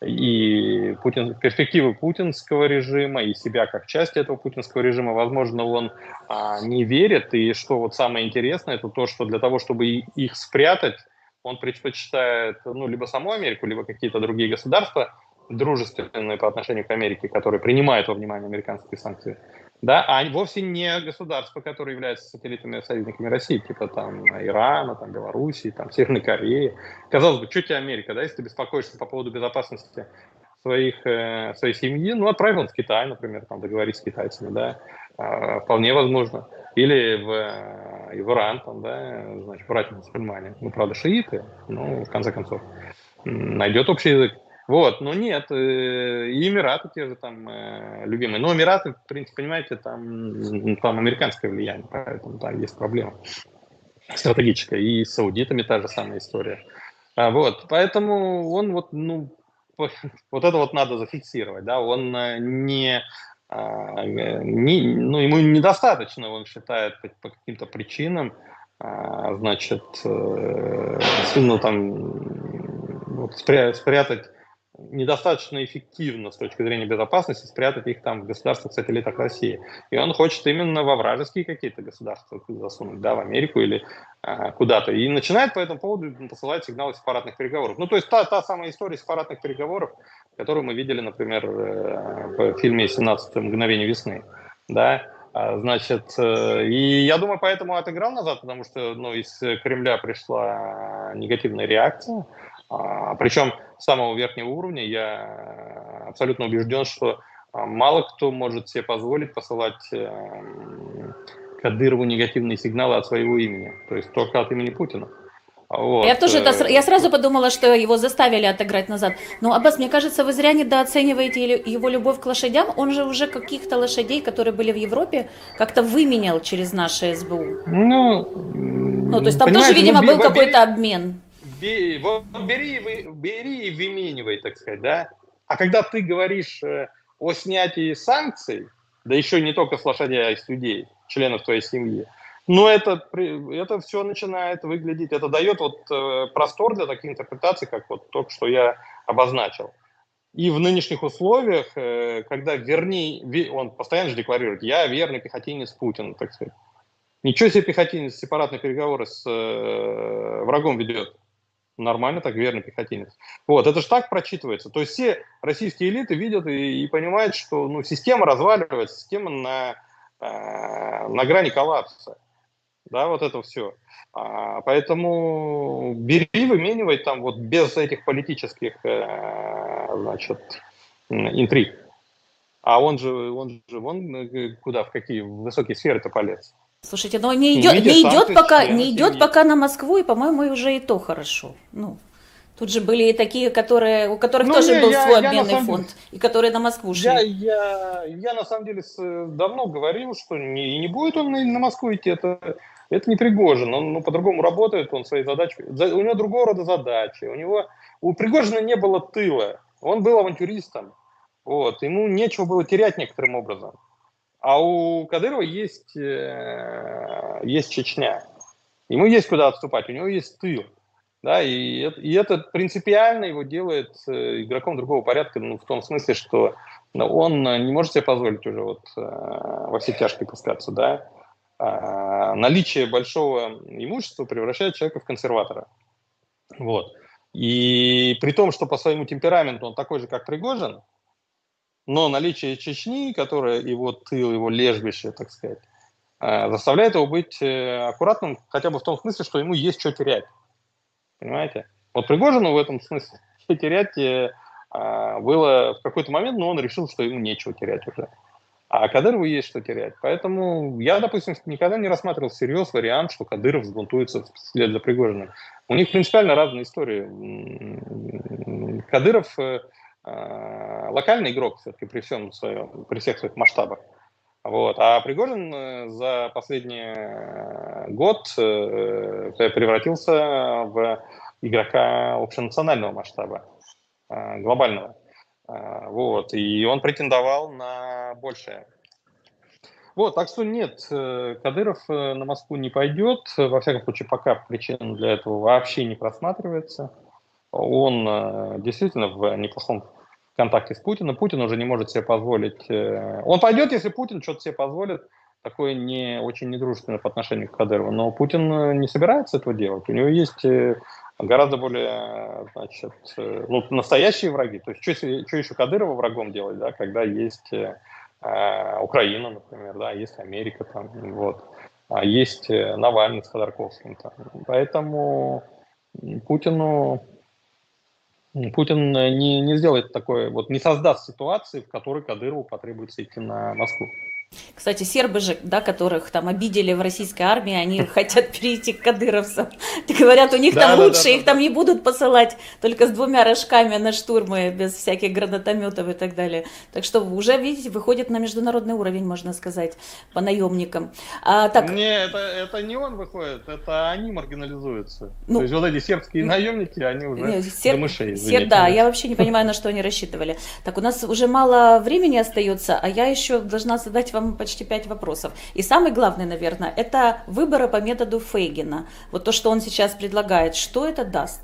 И Путин, перспективы путинского режима, и себя как часть этого путинского режима, возможно, он а, не верит. И что вот самое интересное, это то, что для того, чтобы их спрятать, он предпочитает ну, либо саму Америку, либо какие-то другие государства, дружественные по отношению к Америке, которые принимают во внимание американские санкции, да, а вовсе не государства, которые являются сателлитами, союзниками России, типа там Ирана, там, Белоруссии, там, Северной Кореи. Казалось бы, что тебе Америка, да, если ты беспокоишься по поводу безопасности своих, э, своей семьи, ну, отправь он в Китай, например, там, договорись с китайцами, да, э, вполне возможно. Или в, э, в Иран, там, да, значит, братья-мусульмане, ну, правда, шииты, ну, в конце концов, найдет общий язык. Вот, но нет, и Эмираты те же там э, любимые. Но Эмираты, в принципе, понимаете, там, там американское влияние, поэтому там есть проблема стратегическая. И с саудитами та же самая история. А, вот, поэтому он вот, ну, вот это вот надо зафиксировать, да, он не, не ну, ему недостаточно, он считает по, по каким-то причинам, а, значит, э, ну, там, вот, спрятать недостаточно эффективно с точки зрения безопасности спрятать их там в государствах-сателлитах России. И он хочет именно во вражеские какие-то государства засунуть, да, в Америку или а, куда-то. И начинает по этому поводу посылать сигналы сепаратных переговоров. Ну, то есть та, та самая история сепаратных переговоров, которую мы видели, например, в фильме «семнадцать мгновений весны». Да? А, значит, э, и я думаю, поэтому отыграл назад, потому что, ну, из Кремля пришла негативная реакция. А, причем с самого верхнего уровня я абсолютно убежден, что а, мало кто может себе позволить посылать э, Кадырову негативные сигналы от своего имени, то есть только от имени Путина. Я Вот. тоже это, сра- я э, сразу подумала, что его заставили отыграть назад. Но, Аббас, мне кажется, вы зря недооцениваете или- его любовь к лошадям. Он же уже каких-то лошадей, которые были в Европе, как-то выменял через наше СБУ. Ну, Ну, то есть м, там тоже, понимаете, ну, видимо, бе- был во- какой-то бери, обмен. бе- вот бери, и вы- бери и выменивай, так сказать, да. А когда ты говоришь э, о снятии санкций, да еще не только с лошадей, а и с людей, членов твоей семьи, ну, это, при- это все начинает выглядеть, это дает вот э, простор для таких интерпретаций, как вот только что я обозначил. И в нынешних условиях, э, когда вернее, ве- он постоянно же декларирует, я верный пехотинец Путина, так сказать. Ничего себе пехотинец, сепаратные переговоры с э, врагом ведет. Нормально так, верный пехотинец. Вот, это же так прочитывается. То есть все российские элиты видят и, и понимают, что ну, система разваливается, система на, э, на грани коллапса. Да, вот это все. А, поэтому бери, выменивай там вот без этих политических, э, значит, интриг. А он же, он же, вон э, куда, в какие высокие сферы-то полез. Слушайте, но не идет, Снимите не идет санкции с пока, члена не идет семьи. пока на Москву, и, по-моему, уже и то хорошо. Ну, тут же были и такие, которые, у которых Ну, тоже не, был я, свой я на обменный самом деле, фонд, и которые на Москву я, шли. я, я на самом деле с- давно говорил, что не, не будет он на, на Москву идти, это, это не Пригожин, он ну, по-другому работает, он свои задачи, за- у него другого рода задачи, у него, у Пригожина не было тыла, он был авантюристом, вот, ему нечего было терять некоторым образом. А у Кадырова есть, э, есть Чечня. Ему есть куда отступать, у него есть тыл. Да, и, это- и это принципиально его делает э, игроком другого порядка, ну, в том смысле, что ну, он э, не может себе позволить уже вот, э, во все тяжкие пускаться. Да? А, наличие большого имущества превращает человека в консерватора. Вот. И при том, что по своему темпераменту он такой же, как Пригожин, но наличие Чечни, которая его тыл, его лежбище, так сказать, э, заставляет его быть э, аккуратным хотя бы в том смысле, что ему есть что терять. Понимаете? Вот Пригожину в этом смысле терять э, э, было в какой-то момент, но он решил, что ему нечего терять уже. А Кадырову есть что терять. Поэтому я, допустим, никогда не рассматривал всерьез вариант, что Кадыров взбунтуется вслед за Пригожиным. У них принципиально разные истории. Кадыров э, э, локальный игрок все-таки при всем своем, при всех своих масштабах. Вот. А Пригожин э, за последний э, год э, превратился в игрока общенационального масштаба, э, глобального. Э, Вот. И он претендовал на большее. Вот, так что нет, э, Кадыров э, на Москву не пойдет. Во всяком случае, пока причин для этого вообще не просматривается. Он э, действительно в неплохом контакте с Путиным. Путин уже не может себе позволить... э, Он пойдет, если Путин что-то себе позволит, такое не очень недружественное по отношению к Кадырову. Но Путин э, не собирается этого делать. У него есть э, гораздо более, значит, э, ну, настоящие враги. То есть что, что еще Кадырова врагом делать, да, когда есть э, э, Украина, например, да, есть Америка, там, вот, а есть э, Навальный с Ходорковским. Там. Поэтому Путину Путин не, не сделает такое, вот не создаст ситуации, в которой Кадырову потребуется идти на Москву. Кстати, сербы же, да, которых там обидели в российской армии, они хотят перейти к кадыровцам. Говорят, у них Да, там да, лучше, да, их да, там не будут посылать только с двумя рожками на штурмы, без всяких гранатометов и так далее. Так что уже, видите, выходит на международный уровень, можно сказать, по наемникам. А, так, Не, это, это не он выходит, это они маргинализуются. ну, То есть вот эти сербские наемники, они уже не, до сер... мышей, сер- извините да, меня. я вообще не понимаю, на что они рассчитывали. Так, у нас уже мало времени остается, а я еще должна задать вам почти пять вопросов. И самый главный, наверное, это выборы по методу Фейгина. Вот то, что он сейчас предлагает, что это даст?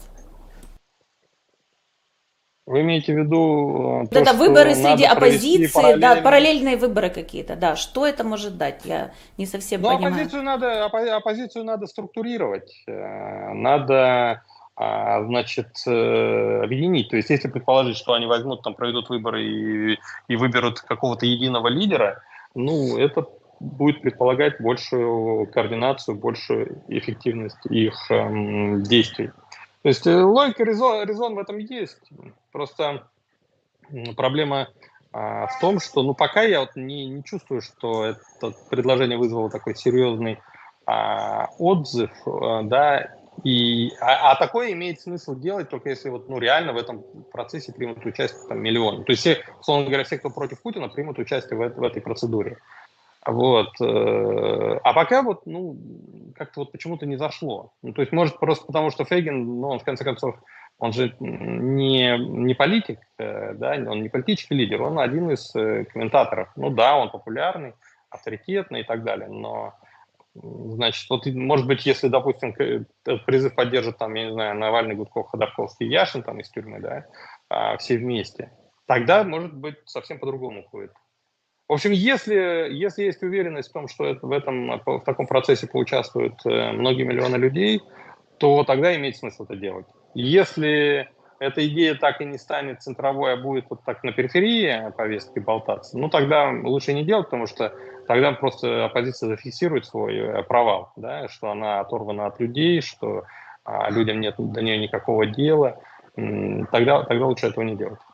Вы имеете в виду э, Вот то, это что выборы среди надо провести оппозиции, да, параллельно? параллельные выборы какие-то, да, что это может дать? Я не совсем Ну, понимаю. оппозицию надо, оппо- оппозицию надо структурировать, э, надо, а, значит, э, объединить. То есть, если предположить, что они возьмут, там, проведут выборы и, и выберут какого-то единого лидера, ну, это будет предполагать большую координацию, большую эффективность их эм, действий. То есть логика, резон, резон в этом есть. Просто проблема а, в том, что ну, пока я вот не, не чувствую, что это предложение вызвало такой серьезный а, отзыв, а, да, и, а, а такое имеет смысл делать только если вот, ну, реально в этом процессе примут участие там, миллионы. То есть, все, условно говоря, все, кто против Путина, примут участие в, в этой процедуре. Вот. А пока вот, ну, как-то вот почему-то не зашло. Ну, то есть, может, просто потому, что Фейгин, ну, он, в конце концов, он же не, не политик, да, он не политический лидер, он один из комментаторов. Ну да, он популярный, авторитетный и так далее, но, значит, вот, может быть, если, допустим, этот призыв поддержит, там, я не знаю, Навальный, Гудков, Ходорковский, Яшин там из тюрьмы, да, все вместе, тогда, может быть, совсем по-другому будет. В общем, если, если есть уверенность в том, что это, в, этом, в таком процессе поучаствуют многие миллионы людей, то тогда имеет смысл это делать. Если эта идея так и не станет центровой, а будет вот так на периферии повестки болтаться, ну тогда лучше не делать, потому что тогда просто оппозиция зафиксирует свой провал, да, что она оторвана от людей, что а, людям нет до нее никакого дела. Тогда, тогда лучше этого не делать.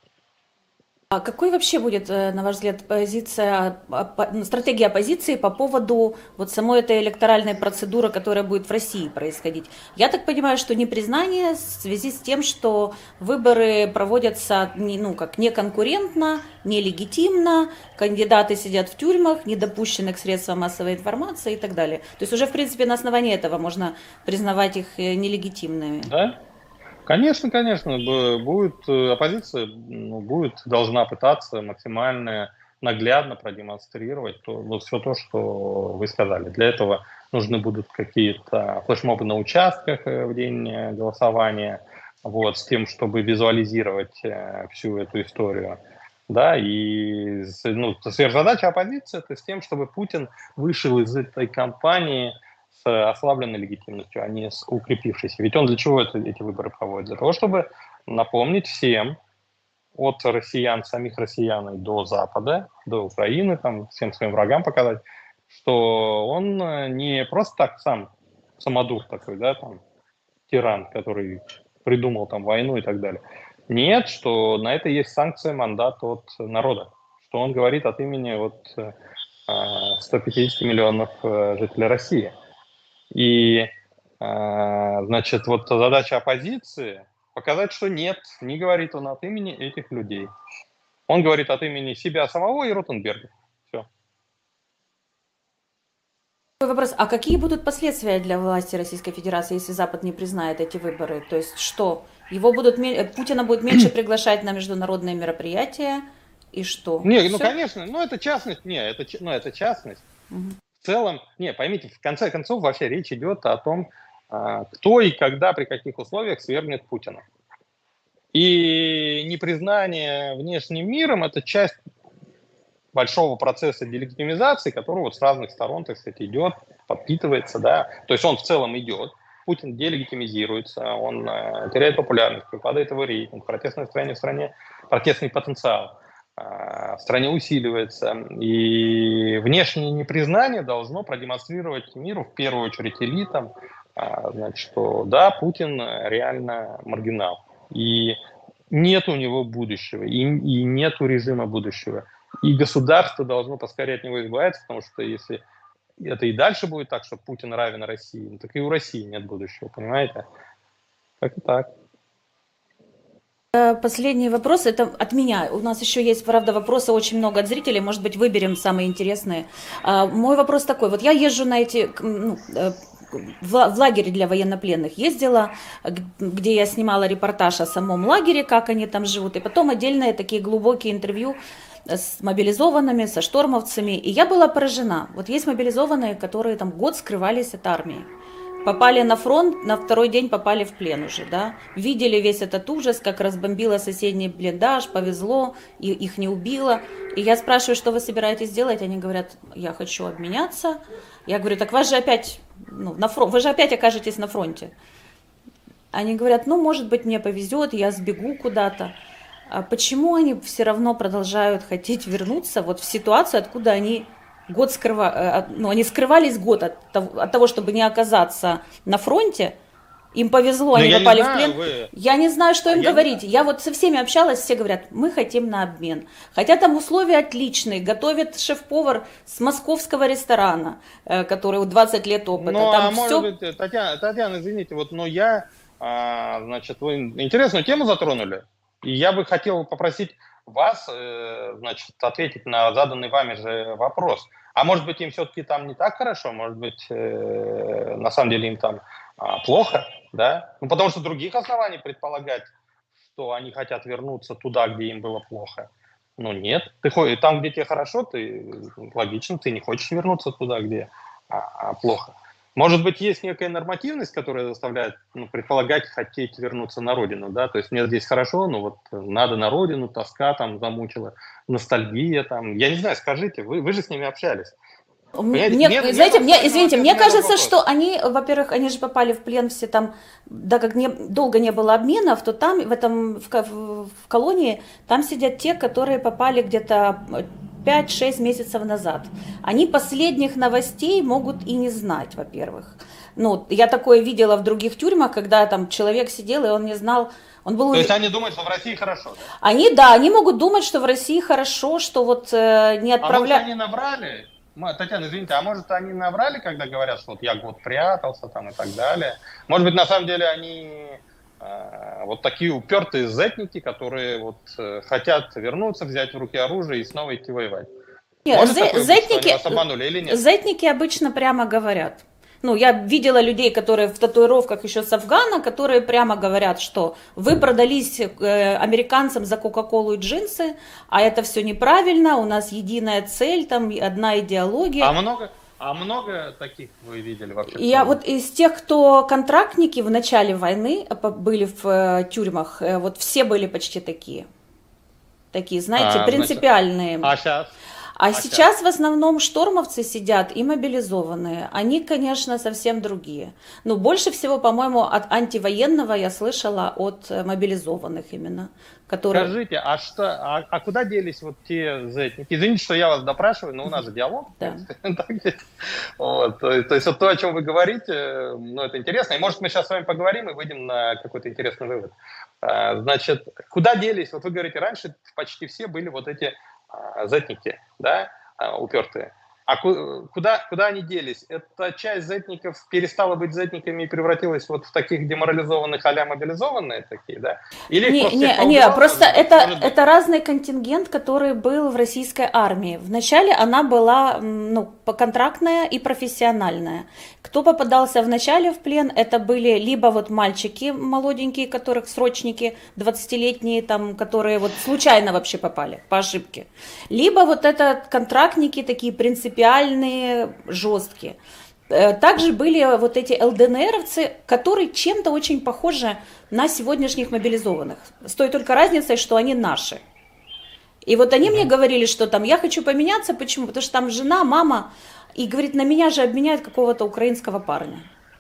А какой вообще будет, на ваш взгляд, позиция, стратегия оппозиции по поводу вот самой этой электоральной процедуры, которая будет в России происходить? Я так понимаю, что непризнание в связи с тем, что выборы проводятся не, ну, как неконкурентно, нелегитимно, кандидаты сидят в тюрьмах, не допущены к средствам массовой информации и так далее. То есть уже, в принципе, на основании этого можно признавать их нелегитимными. Да? Конечно, конечно, будет оппозиция, ну, будет должна пытаться максимально наглядно продемонстрировать то, вот все то, что вы сказали. Для этого нужны будут какие-то флешмобы на участках в день голосования, вот, с тем, чтобы визуализировать всю эту историю. Да, и ну, сверхзадача оппозиции это с тем, чтобы Путин вышел из этой кампании с ослабленной легитимностью, а не с укрепившейся. Ведь он для чего это, эти выборы проводит? Для того, чтобы напомнить всем, от россиян, самих россиян и до Запада, до Украины, там, всем своим врагам показать, что он не просто так сам самодур такой, да, там, тиран, который придумал там войну и так далее. Нет, что на это есть санкция, мандат от народа, что он говорит от имени вот ста пятидесяти миллионов жителей России. И, значит, вот задача оппозиции показать, что нет, не говорит он от имени этих людей. Он говорит от имени себя самого и Ротенберга. Все. Вопрос, а какие будут последствия для власти Российской Федерации, если Запад не признает эти выборы? То есть что? Его будут, Путина будет меньше приглашать на международные мероприятия, и что? Не, Все? ну конечно, ну это частность, не, это, ну, это частность. Угу. В целом, не, поймите, в конце концов вообще речь идет о том, кто и когда, при каких условиях свергнет Путина. И непризнание внешним миром – это часть большого процесса делегитимизации, который вот с разных сторон, так сказать, идет, подпитывается, да. То есть он в целом идет, Путин делегитимизируется, он э, теряет популярность, падает его рейтинг, протестное настроение в стране, протестный потенциал в стране усиливается, и внешнее непризнание должно продемонстрировать миру, в первую очередь элитам, значит, что да, Путин реально маргинал, и нет у него будущего, и, и нет у режима будущего, и государство должно поскорее от него избавиться, потому что если это и дальше будет так, что Путин равен России, так и у России нет будущего, понимаете? Как и так. Последний вопрос, это от меня. У нас еще есть, правда, вопросы очень много от зрителей, может быть, выберем самые интересные. Мой вопрос такой, вот я езжу на эти, ну, в лагере для военнопленных ездила, где я снимала репортаж о самом лагере, как они там живут, и потом отдельные такие глубокие интервью с мобилизованными, со штормовцами, и я была поражена. Вот есть мобилизованные, которые там год скрывались от армии. Попали на фронт, на второй день попали в плен уже, да. Видели весь этот ужас, как разбомбило соседний блиндаж, повезло, и их не убило. И я спрашиваю, что вы собираетесь делать? Они говорят, я хочу обменяться. Я говорю, так вас же опять, ну, на фронт, вы же опять окажетесь на фронте. Они говорят, ну, может быть, мне повезет, я сбегу куда-то. А почему они все равно продолжают хотеть вернуться вот в ситуацию, откуда они Год скрыва... э, ну, они скрывались год от того, от того, чтобы не оказаться на фронте. Им повезло, Ну, они я не попали в знаю, плен. вы... Я не знаю, что А им я не говорить. Я вот со всеми общалась, все говорят, мы хотим на обмен. Хотя там условия отличные. Готовит шеф-повар с московского ресторана, э, который у двадцать лет опыта. Ну, Там а может все... быть, Татьяна, Татьяна, извините, вот, но я, а, значит, вы интересную тему затронули, и я бы хотел попросить вас, э, значит, ответить на заданный вами же вопрос. А может быть, им все-таки там не так хорошо, может быть, э, на самом деле им там а, плохо, да? Ну, потому что других оснований предполагать, что они хотят вернуться туда, где им было плохо, ну, нет. Ты ходишь там, где тебе хорошо, ты, логично, ты не хочешь вернуться туда, где а, а, плохо. Может быть, есть некая нормативность, которая заставляет, ну, предполагать, хотеть вернуться на родину, да, то есть мне здесь хорошо, но вот надо на родину, тоска там замучила, ностальгия там, я не знаю, скажите, вы, вы же с ними общались. Понимаете, Мне, нет, нет знаете, мне, абсолютного извините, ответа мне на этот кажется, вопрос. что они, во-первых, они же попали в плен все там, да, как не, долго не было обменов, то там, в этом, в, в, в колонии, там сидят те, которые попали где-то пять-шесть месяцев назад. Они последних новостей могут и не знать, во-первых. Ну, я такое видела в других тюрьмах, когда там человек сидел, и он не знал, он был... То есть они думают, что в России хорошо, да? Они, да, они могут думать, что в России хорошо, что вот э, не А может, отправляют... они наврали? Татьяна, извините, а может, они наврали, когда говорят, что вот я год прятался там и так далее? Может быть, на самом деле они э, вот такие упертые зетники, которые вот э, хотят вернуться, взять в руки оружие и снова идти воевать? Нет, Может зэ- такое быть, что они вас обманули или нет? зетники обычно прямо говорят. Ну, я видела людей, которые в татуировках еще с Афгана, которые прямо говорят, что вы продались э, американцам за Кока-Колу и джинсы, а это все неправильно, у нас единая цель, там одна идеология. А много, а много таких вы видели вообще? Я вот из тех, кто контрактники в начале войны были в э, тюрьмах, э, вот все были почти такие. Такие, знаете, А, принципиальные. Значит, а сейчас? А, А сейчас в основном штормовцы сидят и мобилизованные. Они, конечно, совсем другие. Но больше всего, по-моему, от антивоенного я слышала от мобилизованных именно. Которые... Скажите, а, что, а, а куда делись вот те зетники? Извините, что я вас допрашиваю, но у нас же диалог. Да. Вот, то, то есть вот то, о чем вы говорите, ну, это интересно. И может мы сейчас с вами поговорим и выйдем на какой-то интересный вывод. А, значит, куда делись? Вот вы говорите, раньше почти все были вот эти зетники, да, упертые. А куда, куда они делись? Эта часть зетников перестала быть зетниками и превратилась вот в таких деморализованных а-ля мобилизованные такие, да? Или не, просто, не, не, просто это, это разный контингент, который был в российской армии. Вначале она была, ну, контрактная и профессиональная. Кто попадался в начале в плен, это были либо вот мальчики молоденькие, которых срочники, двадцатилетние, там, которые вот случайно вообще попали, по ошибке. Либо вот это контрактники такие принципиальные, жесткие. Также были вот эти ЛДНРовцы, которые чем-то очень похожи на сегодняшних мобилизованных. С той только разницей, что они наши. И вот они мне говорили, что там я хочу поменяться. Почему? Потому что там жена, мама, и говорит, на меня же обменяют какого-то украинского парня.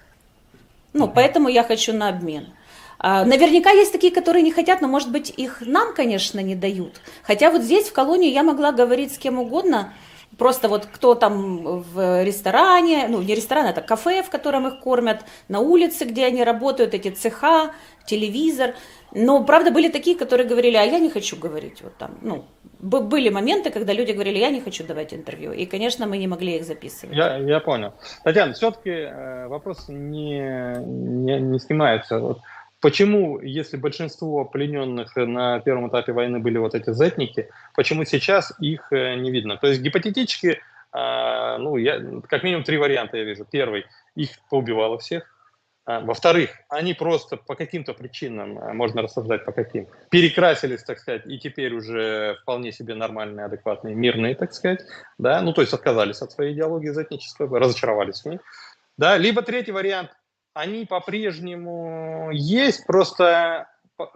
Ну, поэтому я хочу на обмен. Наверняка есть такие, которые не хотят, но, может быть, их нам, конечно, не дают. Хотя вот здесь, в колонии, я могла говорить с кем угодно. Просто вот кто там в ресторане, ну не ресторан, это кафе, в котором их кормят, на улице, где они работают, эти цеха, телевизор. Но, правда, были такие, которые говорили, а я не хочу говорить. Вот там, ну, были моменты, когда люди говорили, я не хочу давать интервью. И, конечно, мы не могли их записывать. Я, я понял. Татьяна, все-таки э, вопрос не, не, не снимается. Вот почему, если большинство плененных на первом этапе войны были вот эти зетники, почему сейчас их не видно? То есть гипотетически, э, ну, я, как минимум три варианта я вижу. Первый, их поубивало всех. А, во-вторых, они просто по каким-то причинам, можно рассуждать по каким, перекрасились, так сказать, и теперь уже вполне себе нормальные, адекватные, мирные, так сказать. Да? Ну, то есть отказались от своей идеологии зетничества, разочаровались в ней. Да? Либо третий вариант. Они по-прежнему есть, просто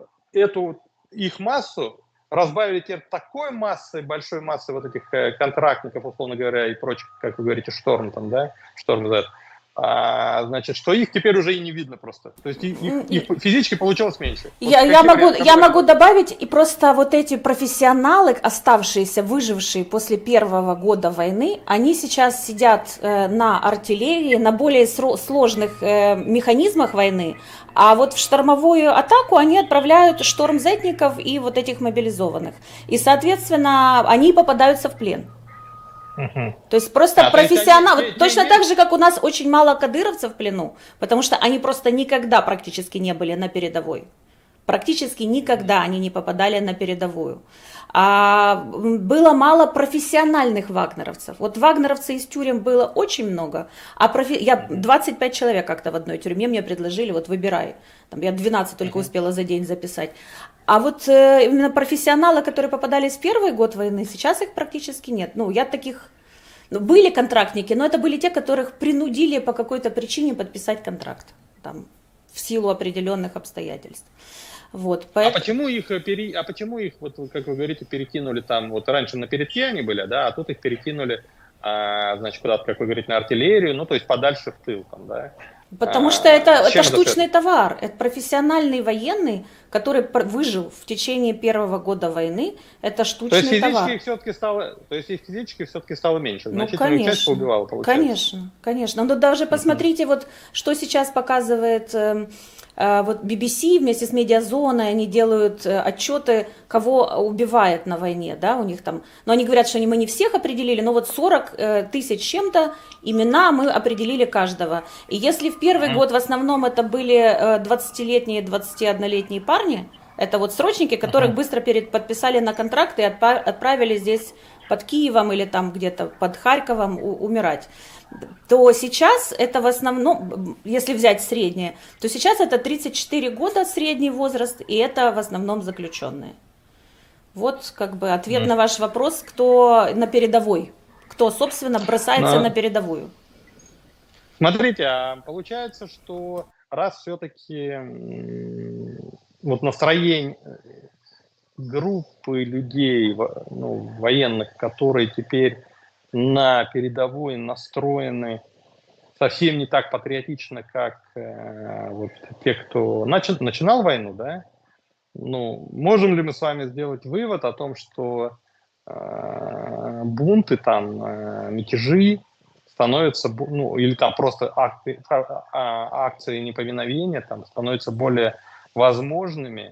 эту их массу разбавили теперь такой массой, большой массой вот этих контрактников, условно говоря, и прочих, как вы говорите, шторм там, да, шторм Z, а, значит, что их теперь уже и не видно просто. То есть их, их физически получилось меньше. Я, вот я, могу, я могу добавить, и просто вот эти профессионалы, оставшиеся, выжившие после первого года войны, они сейчас сидят э, на артиллерии, на более сложных э, механизмах войны, а вот в штормовую атаку они отправляют штормзетников и вот этих мобилизованных. И, соответственно, они попадаются в плен. Угу. То есть просто а, профессионал, то есть они, точно те, так же, как у нас очень мало кадыровцев в плену, потому что они просто никогда практически не были на передовой. Практически никогда они не попадали на передовую. А было мало профессиональных вагнеровцев. Вот вагнеровцев из тюрем было очень много, а профи... я двадцать пять человек как-то в одной тюрьме мне предложили, вот выбирай. Там я двенадцать только успела за день записать. А вот э, именно профессионалы, которые попадались в первый год войны, сейчас их практически нет. Ну, я таких... Ну, были контрактники, но это были те, которых принудили по какой-то причине подписать контракт. Там, в силу определенных обстоятельств. Вот, поэтому... А почему их, пере... а почему их, вот, как вы говорите, перекинули там, вот раньше на передке они были, да, а тут их перекинули, а, значит, куда-то, как вы говорите, на артиллерию, ну, то есть подальше в тыл там, да? Потому а, что это, это штучный это? товар, это профессиональный военный, который выжил в течение первого года войны, это штучный то есть товар. Физически все-таки стало, то есть их физически все-таки стало меньше, значительную ну, часть поубивало, получается. Конечно, конечно. Но даже посмотрите, вот что сейчас показывает э, э, вот би би си вместе с Медиазоной, они делают э, отчеты, кого убивает на войне, да, у них там, но они говорят, что они, мы не всех определили, но вот сорок э, тысяч чем-то имена мы определили каждого. И если в первый mm-hmm. год в основном это были двадцатилетние, двадцатиоднолетние парни, это вот срочники, которых uh-huh. быстро перед, подписали на контракт и отпа- отправили здесь под Киевом или там где-то под Харьковом у- умирать, то сейчас это в основном, если взять среднее, то сейчас это тридцать четыре года средний возраст, и это в основном заключенные. Вот как бы ответ uh-huh. на ваш вопрос, кто на передовой, кто, собственно, бросается uh-huh. на передовую. Смотрите, а получается, что раз все-таки вот настроение группы людей, ну, военных, которые теперь на передовой настроены совсем не так патриотично, как э, вот те, кто начи, начинал войну, да? Ну, можем ли мы с вами сделать вывод о том, что э, бунты, там, э, мятежи становятся, ну, или там просто акты, акции неповиновения там становятся более возможными,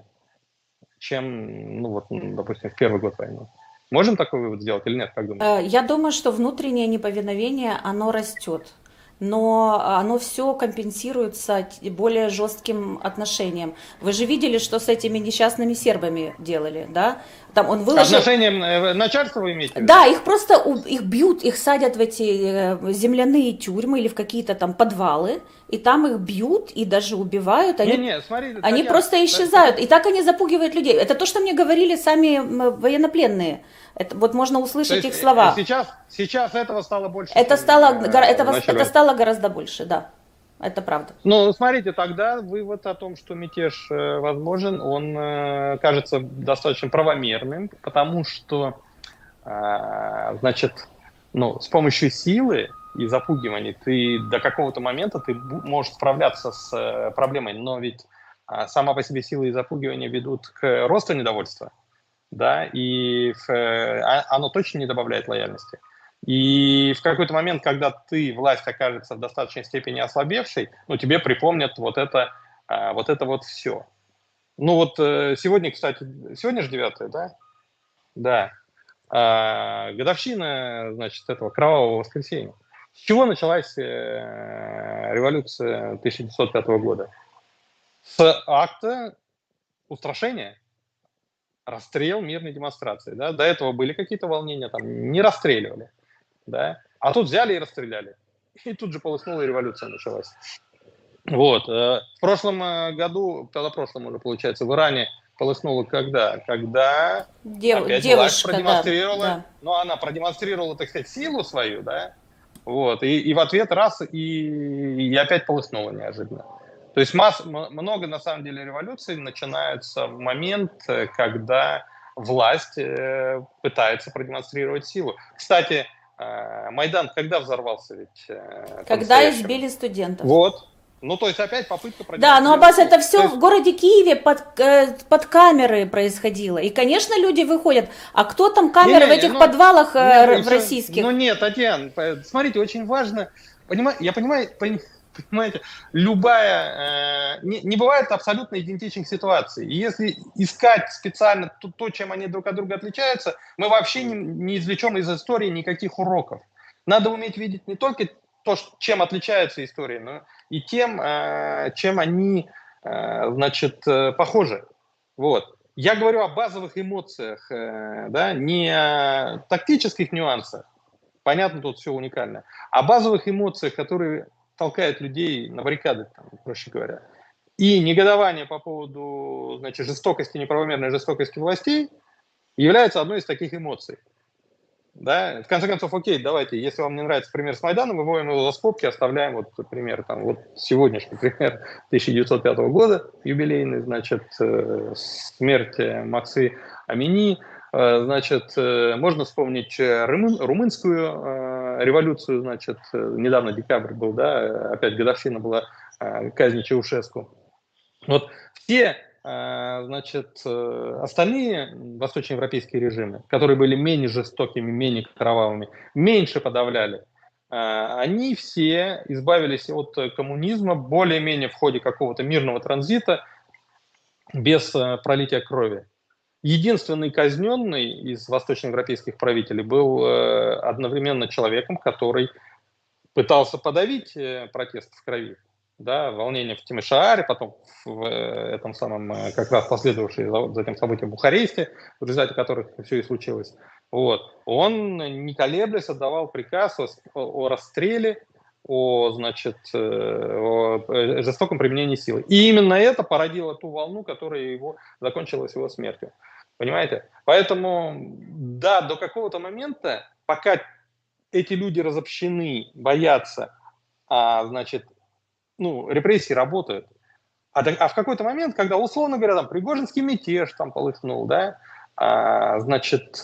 чем, ну вот, допустим, в первый год войны. Можем такой вывод сделать или нет, как думаете? Я думаю, что внутреннее неповиновение, оно растет, но оно все компенсируется более жестким отношением. Вы же видели, что с этими несчастными сербами делали, да? Там он выложил... Отношением начальства вы имеете? Да, их просто их бьют, их садят в эти земляные тюрьмы или в какие-то там подвалы, и там их бьют и даже убивают. Они, не, не, смотри, они Татьяна, просто исчезают. Татьяна. И так они запугивают людей. Это то, что мне говорили сами военнопленные. Это, вот можно услышать их слова. Сейчас, сейчас этого стало больше. Это стало, этого, это стало гораздо больше, да. Это правда. Ну, смотрите, тогда вывод о том, что мятеж э, возможен, он э, кажется достаточно правомерным, потому что, э, значит, ну, с помощью силы и запугивания ты до какого-то момента ты можешь справляться с э, проблемой, но ведь э, сама по себе сила и запугивание ведут к росту недовольства, да, и в, э, оно точно не добавляет лояльности. И в какой-то момент, когда ты, власть, окажется в достаточной степени ослабевшей, ну, тебе припомнят вот это, а, вот это вот все. Ну, вот сегодня, кстати, сегодня же девятое, да? Да. А, годовщина, значит, этого кровавого воскресенья. С чего началась э, революция тысяча девятьсот пятого года? С акта устрашения. Расстрел мирной демонстрации. Да? До этого были какие-то волнения, там не расстреливали. Да? А тут взяли и расстреляли. И тут же полыхнула, и революция началась. Вот. В прошлом году, тогда прошлом уже, получается, в Иране полыхнуло когда? Когда Дев, опять девушка, власть продемонстрировала, да, да. ну, она продемонстрировала, так сказать, силу свою, да, вот, и, и в ответ раз, и, и опять полыхнуло неожиданно. То есть масс, много, на самом деле, революций начинаются в момент, когда власть э, пытается продемонстрировать силу. Кстати, Э, Майдан когда взорвался ведь? Э, Когда избили студентов. Вот. Ну, то есть опять попытка... Да, но, Аббас, это все есть... в городе Киеве под, э, под камеры происходило. И, конечно, люди выходят. А кто там камеры не, не, в этих ну, подвалах э, нет, в российских? Ну нет, Татьяна, смотрите, очень важно... Поним... Я понимаю... Понимаете, любая... Э, не, не бывает абсолютно идентичных ситуаций. И если искать специально то, то, чем они друг от друга отличаются, мы вообще не, не извлечем из истории никаких уроков. Надо уметь видеть не только то, чем отличаются истории, но и тем, э, чем они, э, значит, э, похожи. Вот. Я говорю о базовых эмоциях, э, да, не о тактических нюансах. Понятно, тут все уникально. О базовых эмоциях, которые толкают людей на баррикады, там, проще говоря. И негодование по поводу, значит, жестокости, неправомерной жестокости властей является одной из таких эмоций. Да? В конце концов, окей, давайте, если вам не нравится пример с Майданом, мы выводим его за скобки, оставляем вот пример, там, вот сегодняшний пример тысяча девятьсот пятого года, юбилейный, значит, смерти Максы Амини. Значит, можно вспомнить румын, румынскую революцию, значит, недавно декабрь был, да, опять годовщина была казни Чаушеску. Вот все, значит, остальные восточноевропейские режимы, которые были менее жестокими, менее кровавыми, меньше подавляли, они все избавились от коммунизма более-менее в ходе какого-то мирного транзита без пролития крови. Единственный казненный из восточноевропейских правителей был э, одновременно человеком, который пытался подавить э, протест в крови, да, волнение в Тимишоаре, потом в э, этом самом, э, как раз последовавшие за, за этим событием в Бухаресте, в результате которых все и случилось. Вот. Он, не колеблясь, отдавал приказ о, о расстреле, о, значит, о жестоком применении силы. И именно это породило ту волну, которая его закончилась его смертью. Понимаете? Поэтому, да, до какого-то момента, пока эти люди разобщены, боятся, а, значит, ну, репрессии работают. А, а в какой-то момент, когда, условно говоря, там, Пригожинский мятеж там полыхнул, да, а, значит,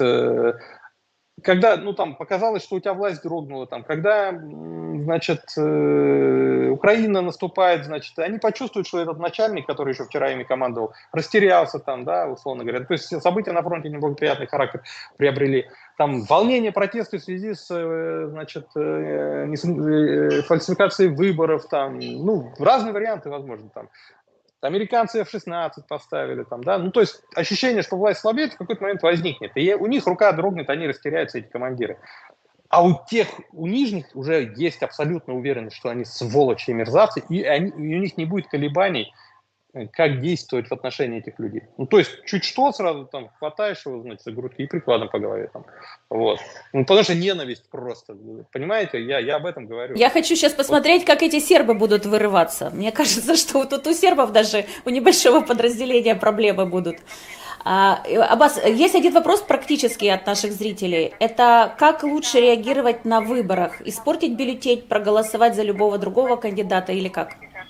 когда, ну, там, показалось, что у тебя власть дрогнула, там, когда, значит, э, Украина наступает, значит, они почувствуют, что этот начальник, который еще вчера ими командовал, растерялся там, да, условно говоря. То есть события на фронте неблагоприятный характер приобрели. Там волнение, протесты в связи с, э, значит, э, э, фальсификацией выборов, там, ну, разные варианты возможны там. Американцы эф шестнадцать поставили, там, да, ну, то есть ощущение, что власть слабеет, в какой-то момент возникнет, и у них рука дрогнет, они растеряются, эти командиры. А у тех, у нижних уже есть абсолютно уверенность, что они сволочи и мерзавцы, и, они, и у них не будет колебаний, как действовать в отношении этих людей. Ну, то есть, чуть что, сразу там хватаешь его, значит, за грудки и прикладом по голове. Там. Вот. Ну, потому что ненависть просто. Понимаете, я, я об этом говорю. Я хочу сейчас посмотреть, вот. Как эти сербы будут вырываться. Мне кажется, что тут у сербов даже, у небольшого подразделения проблемы будут. А, Аббас, есть один вопрос практический от наших зрителей. Это как лучше реагировать на выборах? Испортить бюллетень, проголосовать за любого другого кандидата или как?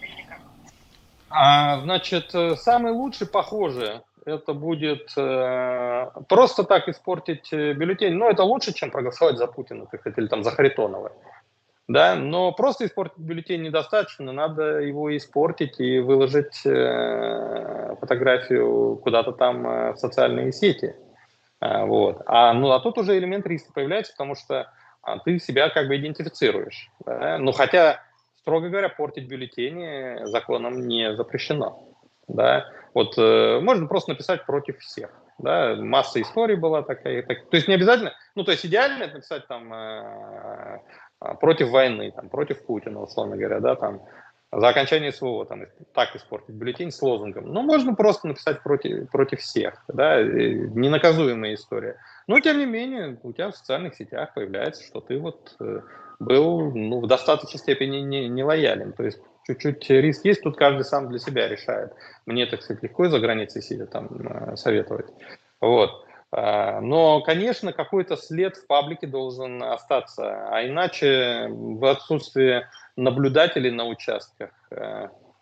А, значит, самый лучший, похоже, это будет э, просто так испортить бюллетень. Ну, это лучше, чем проголосовать за Путина, или там за Харитонова. Да, но просто испортить бюллетень недостаточно, надо его испортить и выложить э, фотографию куда-то там э, в социальные сети. А, вот. а, ну, а тут уже элемент риска появляется, потому что а, ты себя как бы идентифицируешь. Да? Ну, хотя, строго говоря, портить бюллетени законом не запрещено. Да? Вот, э, можно просто написать против всех. Да? Масса историй была такая. Так, то есть не обязательно, ну, то есть идеально это написать там... Э, против войны, там, против Путина, условно говоря, да, там, за окончание СВО, там, так испортить бюллетень с лозунгом. Ну, можно просто написать против, против всех, да, ненаказуемая история. Но, тем не менее, у тебя в социальных сетях появляется, что ты вот был, ну, в достаточной степени не, не лоялен, то есть чуть-чуть риск есть, тут каждый сам для себя решает. Мне, так сказать, легко за границей сидя там советовать, вот. Но, конечно, какой-то след в паблике должен остаться, а иначе в отсутствии наблюдателей на участках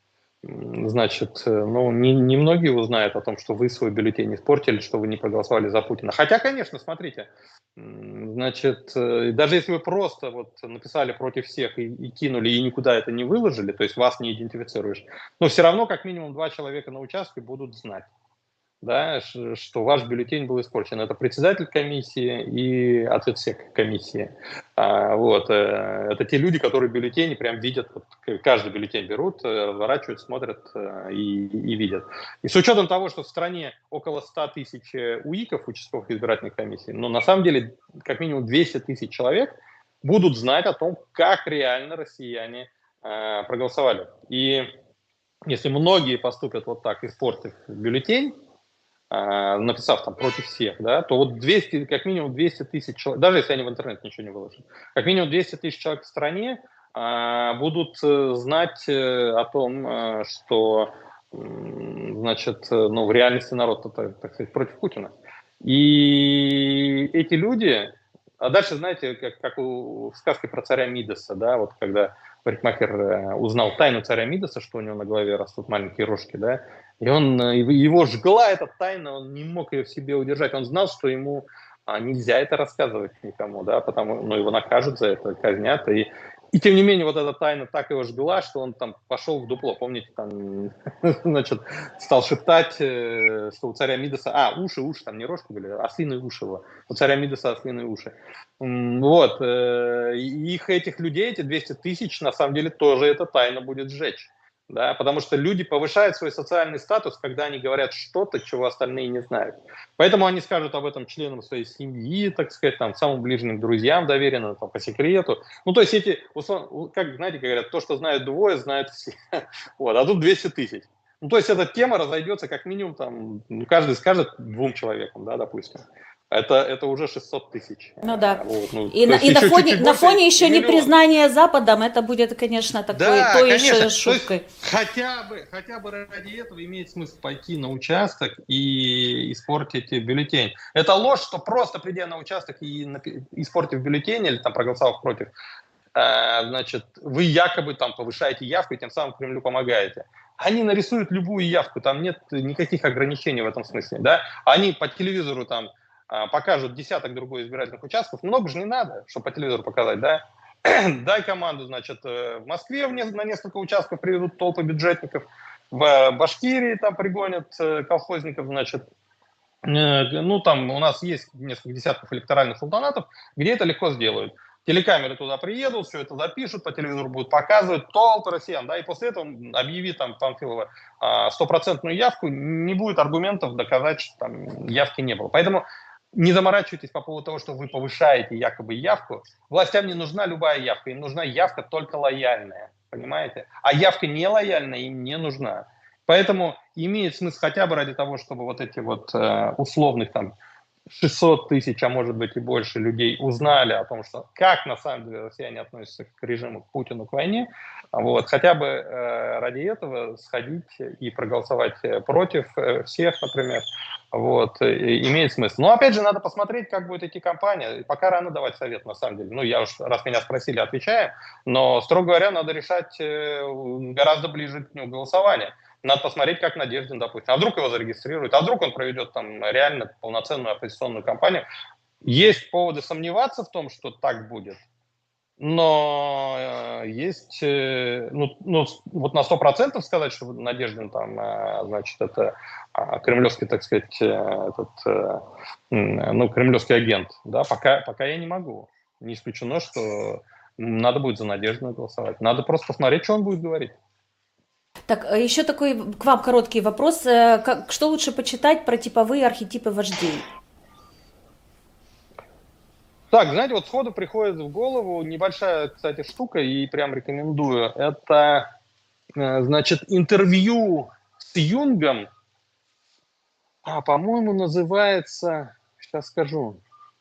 значит, ну, не, не многие узнают о том, что вы свой бюллетень испортили, что вы не проголосовали за Путина. Хотя, конечно, смотрите, значит, даже если вы просто вот написали против всех и, и кинули, и никуда это не выложили, то есть вас не идентифицируешь, но все равно как минимум два человека на участке будут знать, да, что ваш бюллетень был испорчен. Это председатель комиссии и ответ комиссии. А, вот, это те люди, которые бюллетени прям видят, вот, каждый бюллетень берут, разворачивают, смотрят и, и видят. И с учетом того, что в стране около ста тысяч УИКов, участковых избирательных комиссий, но на самом деле как минимум двести тысяч человек будут знать о том, как реально россияне э, проголосовали. И если многие поступят вот так, испортив бюллетень, написав там против всех, да, то вот двести, как минимум двести тысяч человек, даже если они в интернет ничего не выложат, как минимум двести тысяч человек в стране а, будут знать о том, а, что, значит, ну, в реальности народ, так, так сказать, против Путина. И эти люди, а дальше, знаете, как, как у, в сказке про царя Мидаса, да, вот когда парикмахер узнал тайну царя Мидаса, что у него на голове растут маленькие рожки, да, и он, его жгла эта тайна, он не мог ее в себе удержать. Он знал, что ему а, нельзя это рассказывать никому, да, потому, ну, его накажут за это, казнят. И, и тем не менее, вот эта тайна так его жгла, что он там пошел в дупло. Помните, там, значит, стал шептать, что у царя Мидаса, а, уши, уши, там не рожки были, а ослиные уши его. У царя Мидаса ослиные уши. Вот, их, этих людей, эти двести тысяч, на самом деле, тоже эта тайна будет сжечь. Да, потому что люди повышают свой социальный статус, когда они говорят что-то, чего остальные не знают. Поэтому они скажут об этом членам своей семьи, так сказать, там, самым ближним друзьям доверенно, там, по секрету. Ну, то есть эти, как, знаете, говорят, то, что знают двое, знают все. Вот, а тут двести тысяч. Ну, то есть эта тема разойдется как минимум, там, каждый скажет двум человекам, да, допустим. Это, это уже шестьсот тысяч. Ну да. Вот, ну, и на, и на фоне, на фоне еще непризнания Западом, это будет, конечно, такой да, той конечно. шуткой. Хотя бы, хотя бы ради этого имеет смысл пойти на участок и испортить бюллетень. Это ложь, что просто придя на участок и испортив бюллетень или там проголосовав против, значит, вы якобы там повышаете явку и тем самым Кремлю помогаете. Они нарисуют любую явку, там нет никаких ограничений в этом смысле. Да? Они по телевизору там покажут десяток другой избирательных участков, много же не надо, чтобы по телевизору показать, да? Дай команду, значит, в Москве на несколько участков приведут толпы бюджетников, в Башкирии там пригонят колхозников, значит, ну там у нас есть несколько десятков электоральных султанатов, где это легко сделают. Телекамеры туда приедут, все это запишут, по телевизору будут показывать, толпы россиян, да, и после этого объяви там Панфилова стопроцентную явку, не будет аргументов доказать, что там явки не было. Поэтому не заморачивайтесь по поводу того, что вы повышаете якобы явку. Властям не нужна любая явка, им нужна явка только лояльная, понимаете? А явка не лояльная им не нужна. Поэтому имеет смысл хотя бы ради того, чтобы вот эти вот э, условных там шестьсот тысяч, а может быть и больше людей узнали о том, что как на самом деле россияне относятся к режиму, к Путину, к войне, вот, хотя бы э, ради этого сходить и проголосовать против э, всех, например, вот, и, имеет смысл. Но опять же надо посмотреть, как будет идти кампания. Пока рано давать совет, на самом деле. Ну, я уж, раз меня спросили, отвечаю. Но, строго говоря, надо решать э, гораздо ближе к дню голосования. Надо посмотреть, как Надеждин, допустим. А вдруг его зарегистрируют? А вдруг он проведет там реально полноценную оппозиционную кампанию? Есть поводы сомневаться в том, что так будет. Но э, есть, э, ну, ну, вот на сто процентов сказать, что Надеждин там, э, значит, это э, кремлевский, так сказать, э, этот, э, ну, кремлевский агент, да, пока, пока я не могу. Не исключено, что надо будет за Надеждина голосовать. Надо просто посмотреть, что он будет говорить. Так, еще такой к вам короткий вопрос. Как, что лучше почитать про типовые архетипы вождей? Так, знаете, вот сходу приходит в голову небольшая, кстати, штука, и прям рекомендую. Это, значит, интервью с Юнгом, а, по-моему, называется, сейчас скажу,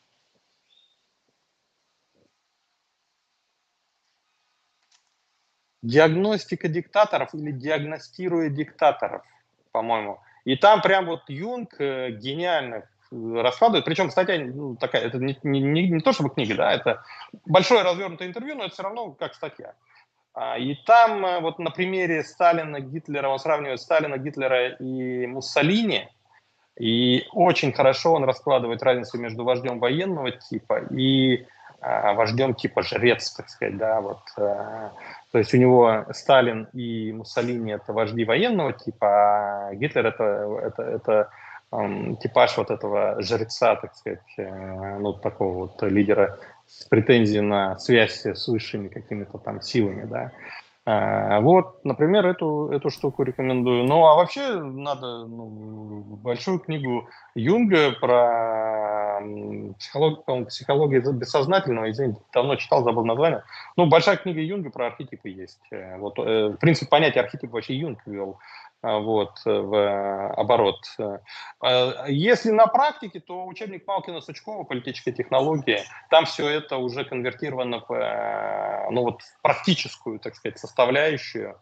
«Диагностика диктаторов» или «Диагностируя диктаторов», по-моему. И там прям вот Юнг гениально раскладывает. Причем статья ну, такая, это не, не, не, не то чтобы книга, да, это большое развернутое интервью, но это все равно как статья. А, И там э, вот на примере Сталина, Гитлера, он сравнивает Сталина, Гитлера и Муссолини, и очень хорошо он раскладывает разницу между вождем военного типа и а, вождем типа жрец, так сказать, да, вот. а, То есть у него Сталин и Муссолини это вожди военного типа, а Гитлер это, это, это ам, типаж вот этого жреца, так сказать, э, ну, такого вот лидера с претензией на связь с высшими какими-то там силами, да. А, Вот, например, эту, эту штуку рекомендую. Ну, а вообще надо ну, большую книгу Юнга про м, психологию, по-моему, психологию бессознательного, извините, давно читал, забыл название. Ну, большая книга Юнга про архетипы есть. Э, Вот, э, в принципе, понятие архетипа вообще Юнг ввел а, вот, э, в оборот. А Если на практике, то учебник Палкина-Сучкова «Политическая технология», там все это уже конвертировано в, э, ну, вот, в практическую, так сказать, составляющую,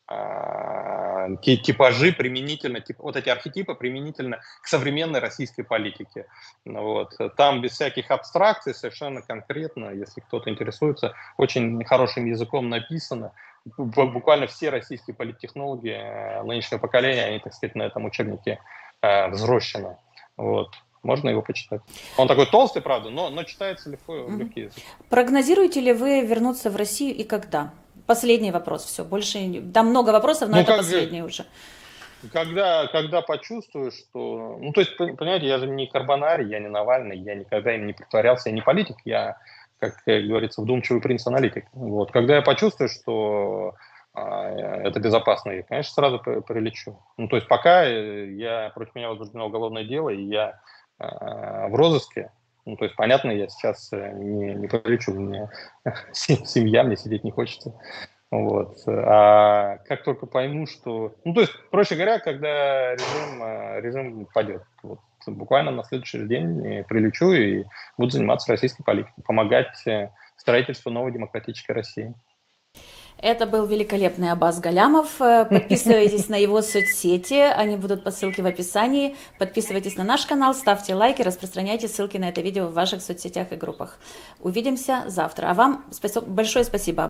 а, ки- типажи применительно, тип, вот эти архетипы применительно к современной российской политике. Ну, Вот. Там без всяких абстракций, совершенно конкретно, если кто-то интересуется, очень хорошим языком написано. Бу- Буквально все российские политтехнологи э, нынешнего поколения, они, так сказать, на этом учебнике э, взрощено. Вот. Можно его почитать. Он такой толстый, правда, но, но читается легко, Мгм. легкий язык. Прогнозируете ли вы вернуться в Россию и когда? Последний вопрос, все, больше... не- Там много вопросов, но Ну, это как же, последний уже. когда, когда почувствуешь, что... Ну, то есть, пон- понимаете, я же не Карбонарий, я не Навальный, я никогда им не притворялся, я не политик, я, как э, говорится, вдумчивый принц-аналитик. Вот. Когда я почувствую, что а, это безопасно, я, конечно, сразу п- прилечу. Ну, то есть, пока э, я, против меня возбуждено уголовное дело, и я а, в розыске, ну, то есть, понятно, я сейчас э, не, не прилечу, у меня семья, мне сидеть не хочется. Вот. А как только пойму, что... Ну, то есть, проще говоря, когда режим, э, режим падет. Вот. Буквально на следующий же день э, прилечу и буду заниматься российской политикой, помогать э, строительству новой демократической России. Это был великолепный Аббас Галямов. Э, Подписывайтесь на его соцсети, они будут по ссылке в описании. Подписывайтесь на наш канал, ставьте лайки, распространяйте ссылки на это видео в ваших соцсетях и группах. Увидимся завтра. А вам спасибо, большое спасибо.